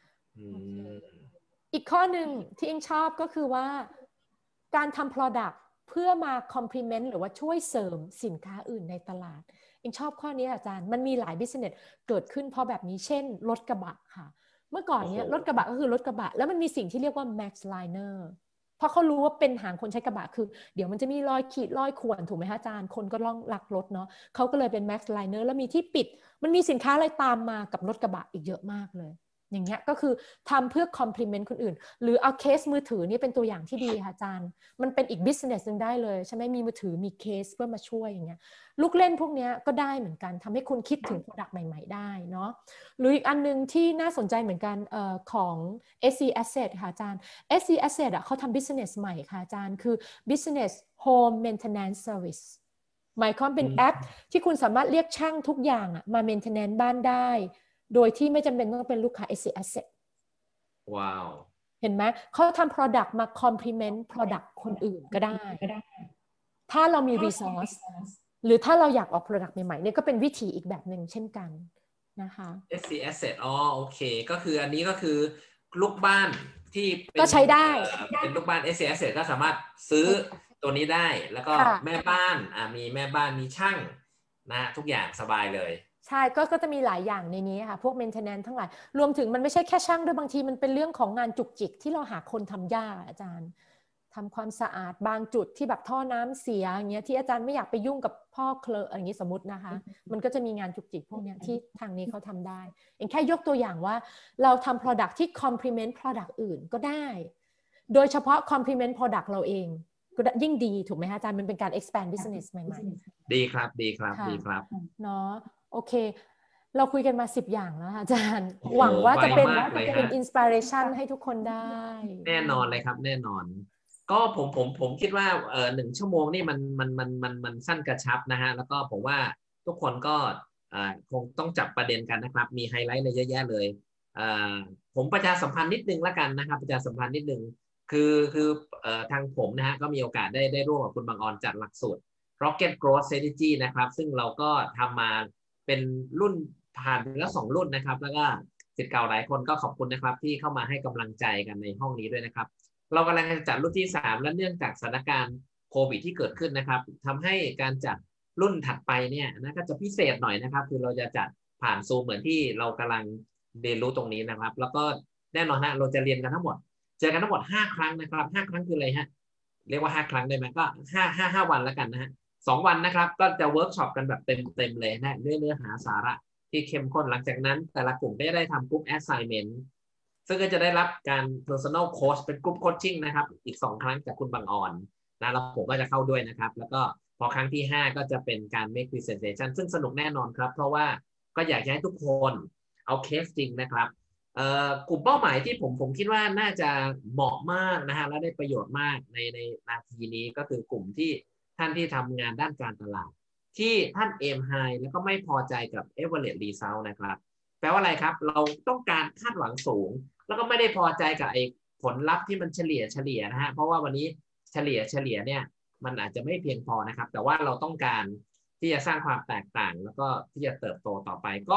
อีกข้อหนึ่งที่เองชอบก็คือว่าการทำ product เพื่อมา complement หรือว่าช่วยเสริมสินค้าอื่นในตลาดเองชอบข้อนี้อาจารย์มันมีหลาย business เกิดขึ้นเพราะแบบนี้เช่นรถกระบะค่ะเมื่อก่อนเนี้ยรถกระบะก็คือรถกระบะแล้วมันมีสิ่งที่เรียกว่า max liner เพราะเขารู้ว่าเป็นหางคนใช้กระบะคือเดี๋ยวมันจะมีรอยขีดรอยข่วนถูกไหมคะอาจารย์คนก็ล่องลักรถเนาะเขาก็เลยเป็น max liner แล้วมีที่ปิดมันมีสินค้าอะไรตามมากับรถกระบะอีกเยอะมากเลยอย่างเงี้ยก็คือทำเพื่อ complement คนอื่นหรือเอาเคสมือถือนี่เป็นตัวอย่างที่ดีค่ะอาจารย์มันเป็นอีก business นึงได้เลยใช่ไหมมีมือถือมีเคสเพื่อมาช่วยอย่างเงี้ยลูกเล่นพวกนี้ก็ได้เหมือนกันทำให้คุณคิดถึง product ใหม่ๆได้เนาะหรืออีกอันนึงที่น่าสนใจเหมือนกันของ SC Asset ค่ะอาจารย์ SC Asset เขาทำ business ใหม่ค่ะอาจารย์คือ business home maintenance service หมายความเป็นแอปที่คุณสามารถเรียกช่างทุกอย่างมา maintenance บ้านได้โดยที่ไม่จำเป็นต้องเป็นลูกค้า SC Asset ว้าวเห็นไหมเขาทำ product มา complement product คนอื่นก็ได้ถ้าเรามี resource หรือถ้าเราอยากออก product ใหม่ๆเนี่ยก็เป็นวิธีอีกแบบหนึ่งเช่นกันนะคะ SC Asset โอเคก็คืออันนี้ก็คือลูกบ้านที่ก็ใช้ได้เป็นลูกบ้าน SC Asset ก็สามารถซื้อตัวนี้ได้แล้วก็แม่บ้านมีแม่บ้านมีช่างนะทุกอย่างสบายเลยใช่ก็จะมีหลายอย่างในนี้ค่ะพวก maintenance ทั้งหลายรวมถึงมันไม่ใช่แค่ช่างด้วยบางทีมันเป็นเรื่องของงานจุกจิกที่เราหาคนทำยากอาจารย์ทำความสะอาดบางจุดที่แบบท่อน้ำเสียอย่างเงี้ยที่อาจารย์ไม่อยากไปยุ่งกับพ่อเคลอะอย่างนี้สมมตินะคะมันก็จะมีงานจุกจิกพวกเนี้ยที่ทางนี้เขาทำได้เองแค่ยกตัวอย่างว่าเราทำ product ที่ complement product อื่นก็ได้โดยเฉพาะ complement product เราเองก็ยิ่งดีถูกไหมคะอาจารย์มันเป็นการ expand business ใหม่ๆดีครับดีครับเนาะโอเคเราคุยกันมา10อย่างแล้วอาจารย์หวังว่าจะเป็นอินสปิเรชันให้ทุกคนได้แน่นอนเลยครับแน่นอนก็ผมคิดว่า1 ชั่วโมงนี่มันสั้นกระชับนะฮะแล้วก็ผมว่าทุกคนก็คงต้องจับประเด็นกันนะครับมีไฮไลท์อะไรเยอะแยะเลยผมประชาสัมพันธ์นิดนึงละกันนะครับประชาสัมพันธ์นิดนึงคือทางผมนะฮะก็มีโอกาสได้ร่วมกับคุณบางออนจัดหลักสูตร Rocket Growth Strategy นะครับซึ่งเราก็ทำมาเป็นรุ่นผ่านแล้ว2 รุ่นนะครับแล้วก็ศิษย์เก่าหลายคนก็ขอบคุณนะครับที่เข้ามาให้กำลังใจกันในห้องนี้ด้วยนะครับเรากำลังจะจัดรุ่นที่3และเนื่องจากสถานการณ์โควิดที่เกิดขึ้นนะครับทำให้การจัดรุ่นถัดไปเนี่ยนะก็จะพิเศษหน่อยนะครับคือเราจะจัดผ่านซูมเหมือนที่เรากำลังเรียนรู้ตรงนี้นะครับแล้วก็แน่นอนฮะเราจะเรียนกันทั้งหมดเจอกันทั้งหมด5 ครั้งนะครับ5 ครั้งคืออะไรฮะเรียกว่า5 ครั้งได้ไหมก็5 วันแล้วกันนะฮะ2 วันนะครับก็จะเวิร์กช็อปกันแบบเต็มเลยนะด้วยเนื้อหาสาระที่เข้มข้นหลังจากนั้นแต่ละกลุ่มก็จะได้ทำกลุ่ม assignment ซึ่งก็จะได้รับการ personal coach เป็นกลุ่ม coaching นะครับอีก2 ครั้งจากคุณบางออนนะแล้วผมก็จะเข้าด้วยนะครับแล้วก็พอครั้งที่5ก็จะเป็นการ make presentation ซึ่งสนุกแน่นอนครับเพราะว่าก็อยากให้ทุกคนเอาเคสจริงนะครับกลุ่มเป้าหมายที่ผมคิดว่าน่าจะเหมาะมากนะฮะและได้ประโยชน์มากในนาทีนี้ก็คือกลุ่มที่ท่านที่ทำงานด้านการตลาดที่ท่าน aim high แล้วก็ไม่พอใจกับ average result นะครับแปลว่าอะไรครับเราต้องการคาดหวังสูงแล้วก็ไม่ได้พอใจกับไอ้ผลลัพธ์ที่มันเฉลี่ยนะฮะเพราะว่าวันนี้เฉลี่ยเนี่ยมันอาจจะไม่เพียงพอนะครับแต่ว่าเราต้องการที่จะสร้างความแตกต่างแล้วก็ที่จะเติบโตต่อไปก็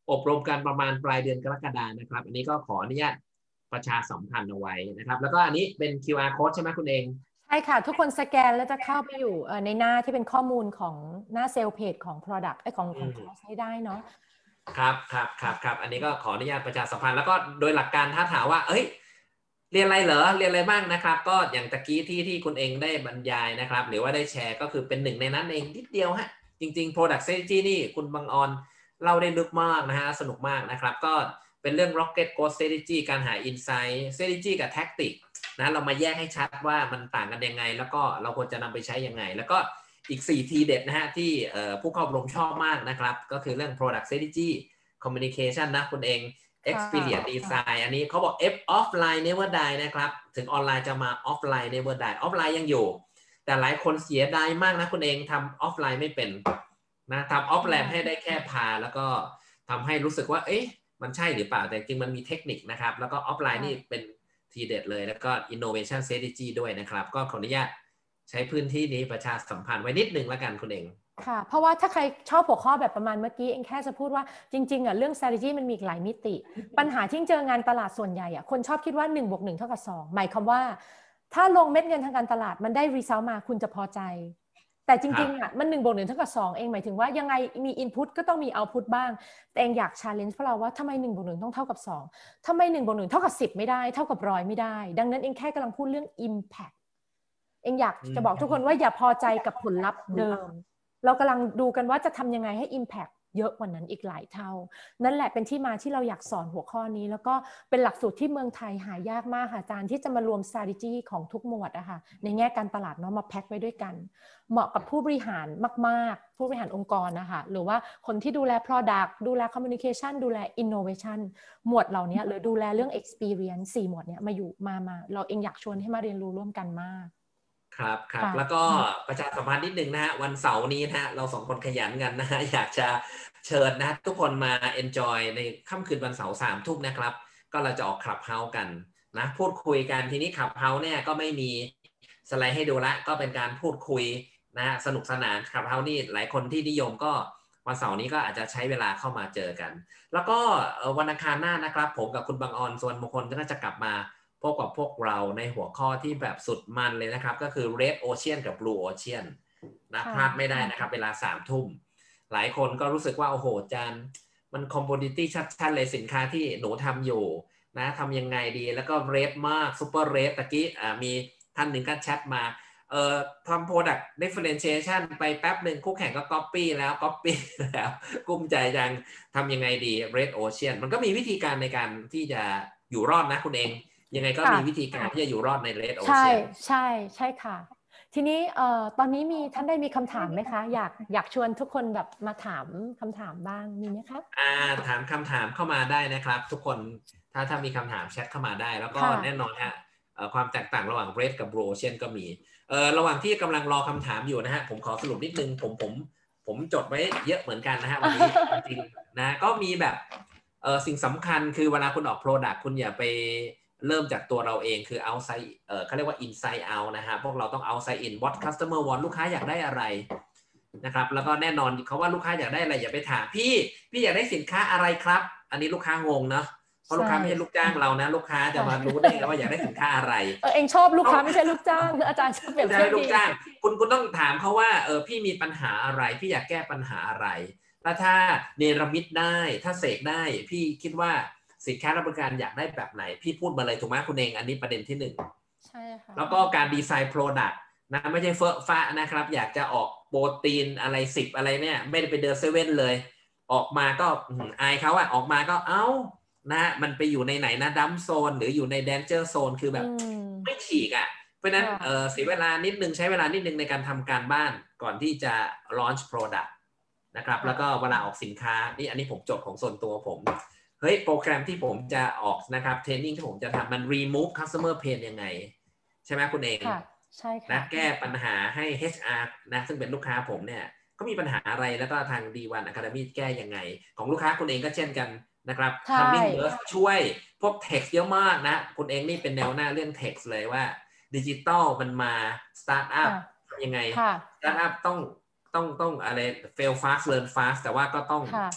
อบรมกันประมาณปลายเดือนกรกฎานะครับอันนี้ก็ขออนุญาตประชาสัมพันธ์เอาไว้นะครับแล้วก็อันนี้เป็น QR code ใช่ไหมคุณเองใช่ค่ะทุกคนสแกนแล้วจะเข้าไปอยู่ในหน้าที่เป็นข้อมูลของหน้าเซลล์เพจของ Product ของคอร์สให้ได้เนาะครับอันนี้ก็ขออนุญาตประชาสัมพันธ์แล้วก็โดยหลักการถ้าถามว่าเอ้ยเรียนอะไรเหรอเรียนอะไรบ้างนะครับก็อย่างตะกี้ที่คุณเองได้บรรยายนะครับหรือว่าได้แชร์ก็คือเป็นหนึ่งในนั้นเองนิดเดียวฮะจริงๆ Product Strategy นี่คุณบังออนเล่าได้ลึกมากนะฮะสนุกมากนะครับก็เป็นเรื่อง Rocket Growth Strategy การหา Insight Strategy กับ Tactic นะเรามาแยกให้ชัดว่ามันต่างกันยังไงแล้วก็เราควรจะนำไปใช้ยังไงแล้วก็อีก4ทีเด็ดนะฮะที่ผู้เข้าอบรมชอบมากนะครับก็คือเรื่อง Product Strategy Communication นะคุณเอง Experience Design อันนี้เขาบอก F offline never die นะครับถึงออนไลน์จะมา offline never die ออฟไลน์ยังอยู่แต่หลายคนเสียดายมากนะคุณเองทำออฟไลน์ไม่เป็นนะทำออฟไลน์ให้ได้แค่พาแล้วก็ทำให้รู้สึกว่าเอ๊ะมันใช่หรือเปล่าแต่จริงมันมีเทคนิคนะครับแล้วก็ออฟไลน์นี่เป็นทีเด็ดเลยแล้วก็ innovation strategy ด้วยนะครับก็ขออนุญาตใช้พื้นที่นี้ประชาสัมพันธ์ไว้นิดนึงแล้วกันคุณเองค่ะเพราะว่าถ้าใครชอบหัวข้อแบบประมาณเมื่อกี้เองแค่จะพูดว่าจริงๆอ่ะเรื่อง strategy มันมีอีกหลายมิติปัญหาที่เจองานตลาดส่วนใหญ่อ่ะคนชอบคิดว่า1 บวก 1เท่ากับ2หมายความว่าถ้าลงเม็ดเงินทางการตลาดมันได้ result มาคุณจะพอใจแต่จริงๆอ่ะมัน1 บวก 1เท่ากับ2เองหมายถึงว่ายังไงมี input ก็ต้องมี output บ้างแต่เองอยาก challenge พวกเราว่าทำไม1 บวก 1ต้องเท่ากับ2ทำไม1 บวก 1เท่ากับ10ไม่ได้เท่ากับ100ไม่ได้ดังนั้นเองแค่กำลังพูดเรื่อง impact เองอยากจะบอกทุกคนว่าอย่าพอใจกับผลลัพธ์เดิมเรากำลังดูกันว่าจะทำยังไงให้ Impact เยอะกว่านั้นอีกหลายเท่านั่นแหละเป็นที่มาที่เราอยากสอนหัวข้อนี้แล้วก็เป็นหลักสูตรที่เมืองไทยหายากมากค่ะอาจารย์ที่จะมารวม strategy ของทุกหมวดอะค่ะในแง่การตลาดเนาะมาแพ็คไว้ด้วยกันเหมาะกับผู้บริหารมากๆผู้บริหารองค์กรนะคะหรือว่าคนที่ดูแล product ดูแล communication ดูแล innovation หมวดเหล่านี้หรือดูแลเรื่อง experience 4 หมวดเนี้ยมาอยู่มาเราเองอยากชวนให้มาเรียนรู้ร่วมกันมากครับแล้วก็ประชาสัมพันธ์นิดนึงนะฮะวันเสาร์นี้นะฮะเรา2 คนขยันกันนะฮะอยากจะเชิญนะทุกคนมา enjoy ในค่ำคืนวันเสาร์3 ทุ่มนะครับก็เราจะออกคลับเฮาส์กันนะพูดคุยกันทีนี้คลับเฮาส์เนี่ยก็ไม่มีสไลด์ให้ดูละก็เป็นการพูดคุยนะสนุกสนานคลับเฮาส์นี่หลายคนที่นิยมก็วันเสาร์นี้ก็อาจจะใช้เวลาเข้ามาเจอกันแล้วก็วันอังคารหน้านะครับผมกับคุณบางออนส่วนมงคลก็จะกลับมาพบกับพวกเราในหัวข้อที่แบบสุดมันเลยนะครับก็คือ Red Ocean กับ Blue Ocean นะพลาดไม่ได้นะครับเวลา3 ทุ่มหลายคนก็รู้สึกว่าโอ้โหจานมันคอมโพดิตี้ชัดๆเลยสินค้าที่หนูทำอยู่นะทำยังไงดีแล้วก็เรทมากซูเปอร์เรทตะกี้มีท่านหนึ่งก็แชทมาทำ product differentiation ไปแป๊บหนึ่งคู่แข่งก็ copy แล้ว copy แล้วกุ้มใจจังทำยังไงดี Red Ocean มันก็มีวิธีการในการที่จะอยู่รอดนะคุณเองยังไงก็มีวิธีการที่จะอยู่รอดใน Red Ocean ใช่ค่ะทีนี้ตอนนี้ท่านได้มีคำถามไหมคะอยากชวนทุกคนแบบมาถามคำถามบ้างมีไหมคะถามคำถามเข้ามาได้นะครับทุกคนถ้ามีคำถามแชทเข้ามาได้แล้วก็แน่นอนฮะความแตกต่างระหว่าง Red กับ Blue Ocean ก็มีระหว่างที่กำลังรอคำถามอยู่นะฮะผมขอสรุปนิดนึงผมจดไว้เยอะเหมือนกันนะฮะวันนี้จริงๆนะก็มีแบบสิ่งสำคัญคือเวลาคุณออก Product คุณอย่าไปเริ่มจากตัวเราเองคือ outside เขาเรียกว่า inside out นะฮะพวกเราต้อง outside in what customer want ลูกค้าอยากได้อะไรนะครับแล้วก็แน่นอนเขาว่าลูกค้าอยากได้อะไรอย่าไปถามพี่อยากได้สินค้าอะไรครับอันนี้ลูกค้างงเนาะเพราะลูกค้าไม่ใช่ลูกจ้างเรานะลูกค้าจะมารู้ได้ไงว่าอยากได้สินค้าอะไรเองชอบลูกค้าไม่ใช่ลูกจ้างอาจารย์ชอบเปรียบเทียบลูกจ้างคุณต้องถามเขาว่าพี่มีปัญหาอะไรพี่อยากแก้ปัญหาอะไรแล้วถ้าเนรมิตได้ถ้าเสกได้พี่คิดว่าสินค้าและบริการอยากได้แบบไหนพี่พูดมาเลยถูกไหมคุณเองอันนี้ประเด็นที่1ใช่ค่ะแล้วก็การดีไซน์ Product นะไม่ใช่เฟ้อฟ้านะครับอยากจะออกโปรตีนอะไร10อะไรเนี่ยไม่ได้ไปเดินเซเว่นเลยออกมาก็อายเขาอะออกมาก็เอ้านะมันไปอยู่ในไหนนะดัมโซนหรืออยู่ในแดนเจอร์โซนคือแบบไม่ฉีกอะเพราะนั้นเสียเวลานิดนึงใช้เวลานิดนึงในการทำการบ้านก่อนที่จะ launch product นะครับแล้วก็เวลาออกสินค้านี่อันนี้ผมจดของส่วนตัวผมเฮ้ยโปรแกรมที่ผมจะออกนะครับเทรนนิ่งที่ผมจะทำมัน remove customer pain ยังไงใช่ไหมคุณเองใช่ค่ะนะแก้ปัญหาให้ HR นะซึ่งเป็นลูกค้าผมเนี่ยก็มีปัญหาอะไรแล้วก็ทาง D1 Academy แก้ยังไงของลูกค้าคุณเองก็เช่นกันนะครับ Hummingbird ช่วยพวก text เยอะมากนะคุณเองนี่เป็นแนวหน้าเรื่อง text เลยว่าดิจิตอลมันมาสตาร์ทอัพยังไงสตาร์ทอัพต้องอะไร fail fast learn fast แต่ว่าก็ต้อง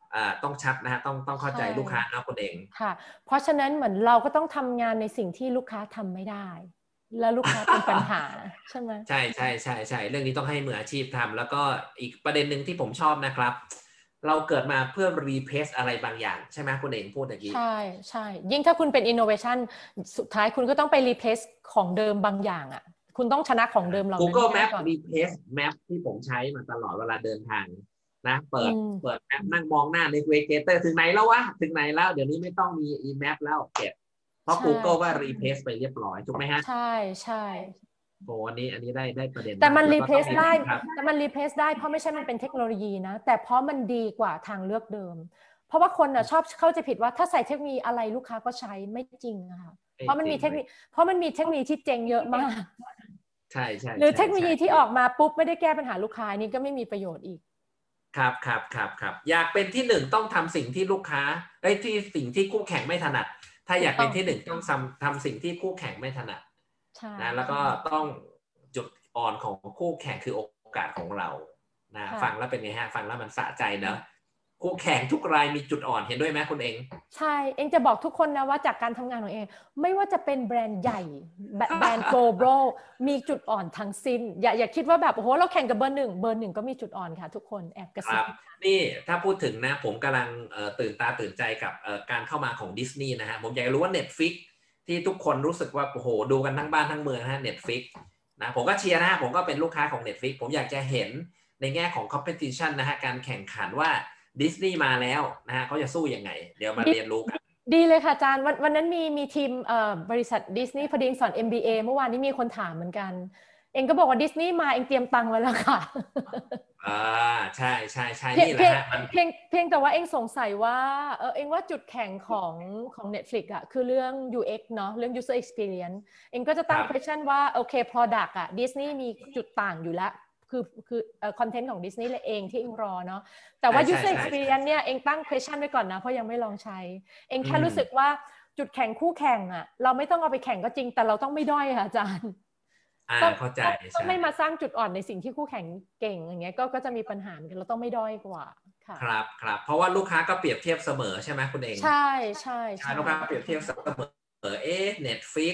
ต้องชัดนะฮะต้องเข้าใจลูกค้านะคุณเองค่ะเพราะฉะนั้นเหมือนเราก็ต้องทำงานในสิ่งที่ลูกค้าทำไม่ได้แล้วลูกค้าเป็นปัญหาใช่ไหมใช่เรื่องนี้ต้องให้มืออาชีพทำแล้วก็อีกประเด็นหนึ่งที่ผมชอบนะครับเราเกิดมาเพื่อรีเพลซอะไรบางอย่างใช่ไหมคุณเองพูดเมื่อกี้ใช่ยิ่งถ้าคุณเป็น innovation สุดท้ายคุณก็ต้องไป replace ของเดิมบางอย่างอ่ะคุณต้องชนะของเดิมเรา Google Map replace map ที่ผมใช้มาตลอดเวลาเดินทางนะเปิดแมปนั่งมองหน้า Navigator ถึงไหนแล้ววะถึงไหนแล้วเดี๋ยวนี้ไม่ต้องมี e-map แล้วเก็บเพราะ Google ว่า replace ไปเรียบร้อยถูกไหมฮะใช่โอ้อันนี้ได้ประเด็นแต่มัน replace ได้เพราะไม่ใช่มันเป็นเทคโนโลยีนะแต่เพราะมันดีกว่าทางเลือกเดิมเพราะว่าคนชอบเข้าใจผิดว่าถ้าใส่เทคโนโลยีอะไรลูกค้าก็ใช้ไม่จริงค่ะเพราะมันมีเทคโนโลยีที่เจ๋งเยอะมากใช่หรือเทคโนโลยีที่ออกมาปุ๊บไม่ได้แก้ปัญหาลูกค้านี่ก็ไม่มีประโยชน์อีกครับอยากเป็นที่หนึ่งต้องทำสิ่งที่ลูกค้าที่สิ่งที่คู่แข่งไม่ถนัดถ้าอยากเป็นที่หนึ่งต้องทำสิ่งที่คู่แข่งไม่ถนัดนะแล้วก็ต้องจุดอ่อนของคู่แข่งคือโอกาสของเรานะฟังแล้วเป็นไงฮะฟังแล้วมันสะใจเนอะคู่แข่งทุกรายมีจุดอ่อนเห็นด้วยไหมคุณเองใช่เองจะบอกทุกคนนะว่าจากการทำงานของเองไม่ว่าจะเป็นแบรนด์ใหญ่แบรนด์ global มีจุดอ่อนทั้งสิ้นอย่าคิดว่าแบบโอ้โหเราแข่งกับเบอร์หนึ่งก็มีจุดอ่อนค่ะทุกคนแอบกระซิบนี่ถ้าพูดถึงนะผมกำลังตื่นตาตื่นใจกับการเข้ามาของดิสนีย์นะฮะผมอยากรู้ว่า Netflix ที่ทุกคนรู้สึกว่าโอ้โหดูกันทั้งบ้านทั้งเมืองนะฮะ Netflix นะผมก็เชียร์นะผมก็เป็นลูกค้าของ Netflix ผมอยากจะเห็นในแง่ของ competition นะฮะการแข่งขันว่าดิสนีย์มาแล้วนะฮะเขาจะสู้ยังไงเดี๋ยวมาเรียนรู้กันดีเลยค่ะอาจารย์วันนั้นมีทีมบริษัทดิสนีย์พอดีสอน MBA เมื่อวานนี้มีคนถามเหมือนกันเองก็บอกว่าดิสนีย์มาเองเตรียมตังค์ไว้แล้วค่ะใช่นี่แหละฮะเพียงแต่ว่าเองสงสัยว่าเองว่าจุดแข็งของ Netflix อ่ะคือเรื่อง UX เนาะเรื่อง user experience เองก็จะตั้ง question ว่าโอเค product อ่ะดิสนีย์มีจุดต่างอยู่แล้วคือคอนเทนต์ของดิสนีย์เองที่เองรอเนาะแต่ว่า user experience เนี่ยเองตั้ง question ไว้ก่อนนะเพราะยังไม่ลองใช้เองแค่รู้สึกว่าจุดแข่งคู่แข่งอ่ะเราไม่ต้องเอาไปแข่งก็จริงแต่เราต้องไม่ด้อยค่ะอาจารย์เข้าใจต้องไม่มาสร้างจุดอ่อนในสิ่งที่คู่แข่งเก่งอย่างเงี้ยก็จะมีปัญหาเหมือนกันเราต้องไม่ด้อยกว่าค่ะครับเพราะว่าลูกค้าก็เปรียบเทียบเสมอใช่ไหมคุณเองใช่ลูกค้าเปรียบเทียบเสมอNetflix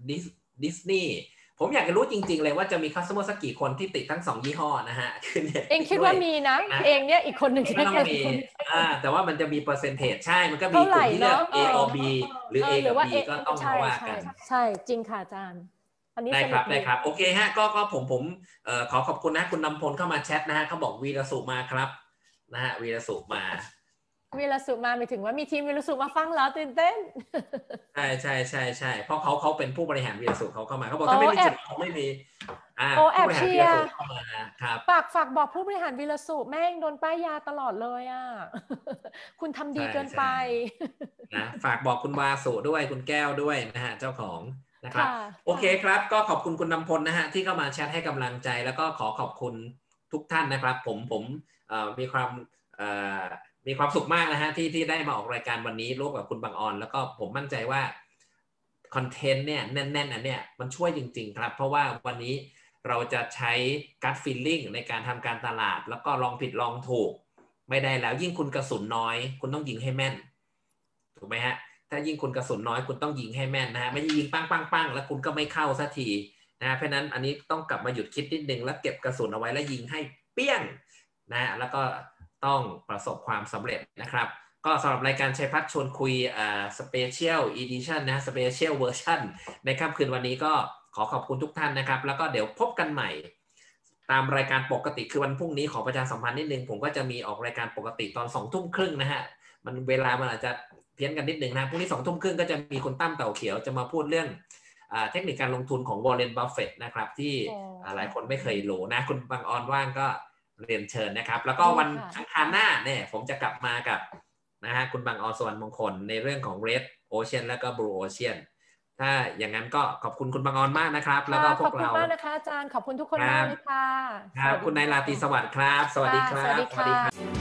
Disneyผมอยากจะรู้จริงๆเลยว่าจะมี customer สักกี่คนที่ติดทั้ง2ยี่ห้อนะฮะคือเองคิดว่ามีนะเองเนี่ยอีกคนหนึ่งที่ต้องมีแต่ว่ามันจะมีเปอร์เซ็นเทจใช่มันก็มีกลุ่มที่เลือก A or B หรือ A กับ B ก็ต้องมาว่ากันใช่จริงค่ะอาจารย์ได้ครับโอเคฮะก็ผมขอขอบคุณนะคุณนำพลเข้ามาแชทนะฮะเขาบอกวีรสุมาครับนะฮะวีรสุมาหมายถึงว่ามีทีมวีรสุมาฟังแล้วตื่นเต้นใช่เพราะเขาเป็นผู้บริหารวีรสุเขาเข้ามาเขาบอกถ้าไม่มีจุดเขาไม่มีแอบเชียร์เข้ามาครับฝากบอกผู้บริหารวีรสุแม่งโดนป้ายยาตลอดเลยอ่ะคุณทำดีเกินไปนะฝากบอกคุณวาสุด้วยคุณแก้วด้วยนะฮะเจ้าของนะครับโอเคครับก็ขอบคุณคุณนำพลนะฮะที่เข้ามาแชทให้กำลังใจแล้วก็ขอขอบคุณทุกท่านนะครับผมมีความสุขมากนะฮะที่ได้มาออกรายการวันนี้ร่วมกับคุณบังออนแล้วก็ผมมั่นใจว่าคอนเทนต์เนี่ยแน่นๆอันเนี้ยมันช่วยจริงๆครับเพราะว่าวันนี้เราจะใช้ gut feeling ในการทำการตลาดแล้วก็ลองผิดลองถูกไม่ได้แล้วยิ่งคุณกระสุนน้อยคุณต้องยิงให้แม่นถูกไหมฮะถ้ายิ่งคุณกระสุนน้อยคุณต้องยิงให้แม่นนะฮะไม่ใช่ยิงปังแล้วคุณก็ไม่เข้าสักทีนะเพราะนั้นอันนี้ต้องกลับมาหยุดคิดนิดนึงแล้วเก็บกระสุนเอาไว้แล้วยิงให้เปี้ยงนะแล้วก็ต้องประสบความสำเร็จนะครับก็สำหรับรายการชัยพัฒน์ชวนคุยSpecial Edition นะ Special Version ในค่ำคืนวันนี้ก็ขอขอบคุณทุกท่านนะครับแล้วก็เดี๋ยวพบกันใหม่ตามรายการปกติคือวันพรุ่งนี้ขอประชาสัมพันธ์นิดนึงผมก็จะมีออกรายการปกติตอน 20:30 นนะฮะมันเวลามันอาจจะเพี้ยนกันนิดนึงนะพรุ่งนี้ 20:30 นก็จะมีคุณตั้มเต่าเขียวจะมาพูดเรื่องเทคนิคการลงทุนของวอร์เรน บัฟเฟตต์นะครับที่หลายคนไม่เคยรู้นะคุณบางออนว่างก็เรียนเชิญนะครับแล้วก็วันอังคารหน้าเนี่ยผมจะกลับมากับนะฮะคุณบางออนสวรรค์มงคลในเรื่องของ Red Ocean และก็ Blue Ocean ถ้าอย่างนั้นก็ขอบคุณคุณบางออนมากนะครับแล้วก็พวกเราขอบคุณมากนะคะอาจารย์ขอบคุณทุกคนมากเลยค่ะครับคุณนายราตรีสวัสดิ์ครับสวัสดีครับสวัสดีค่ะ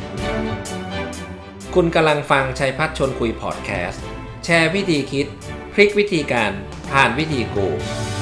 คุณกำลังฟังชัยพัฒน์ชวนคุยพอดแคสต์แชร์วิธีคิดพลิกวิธีการผ่านวิธีกู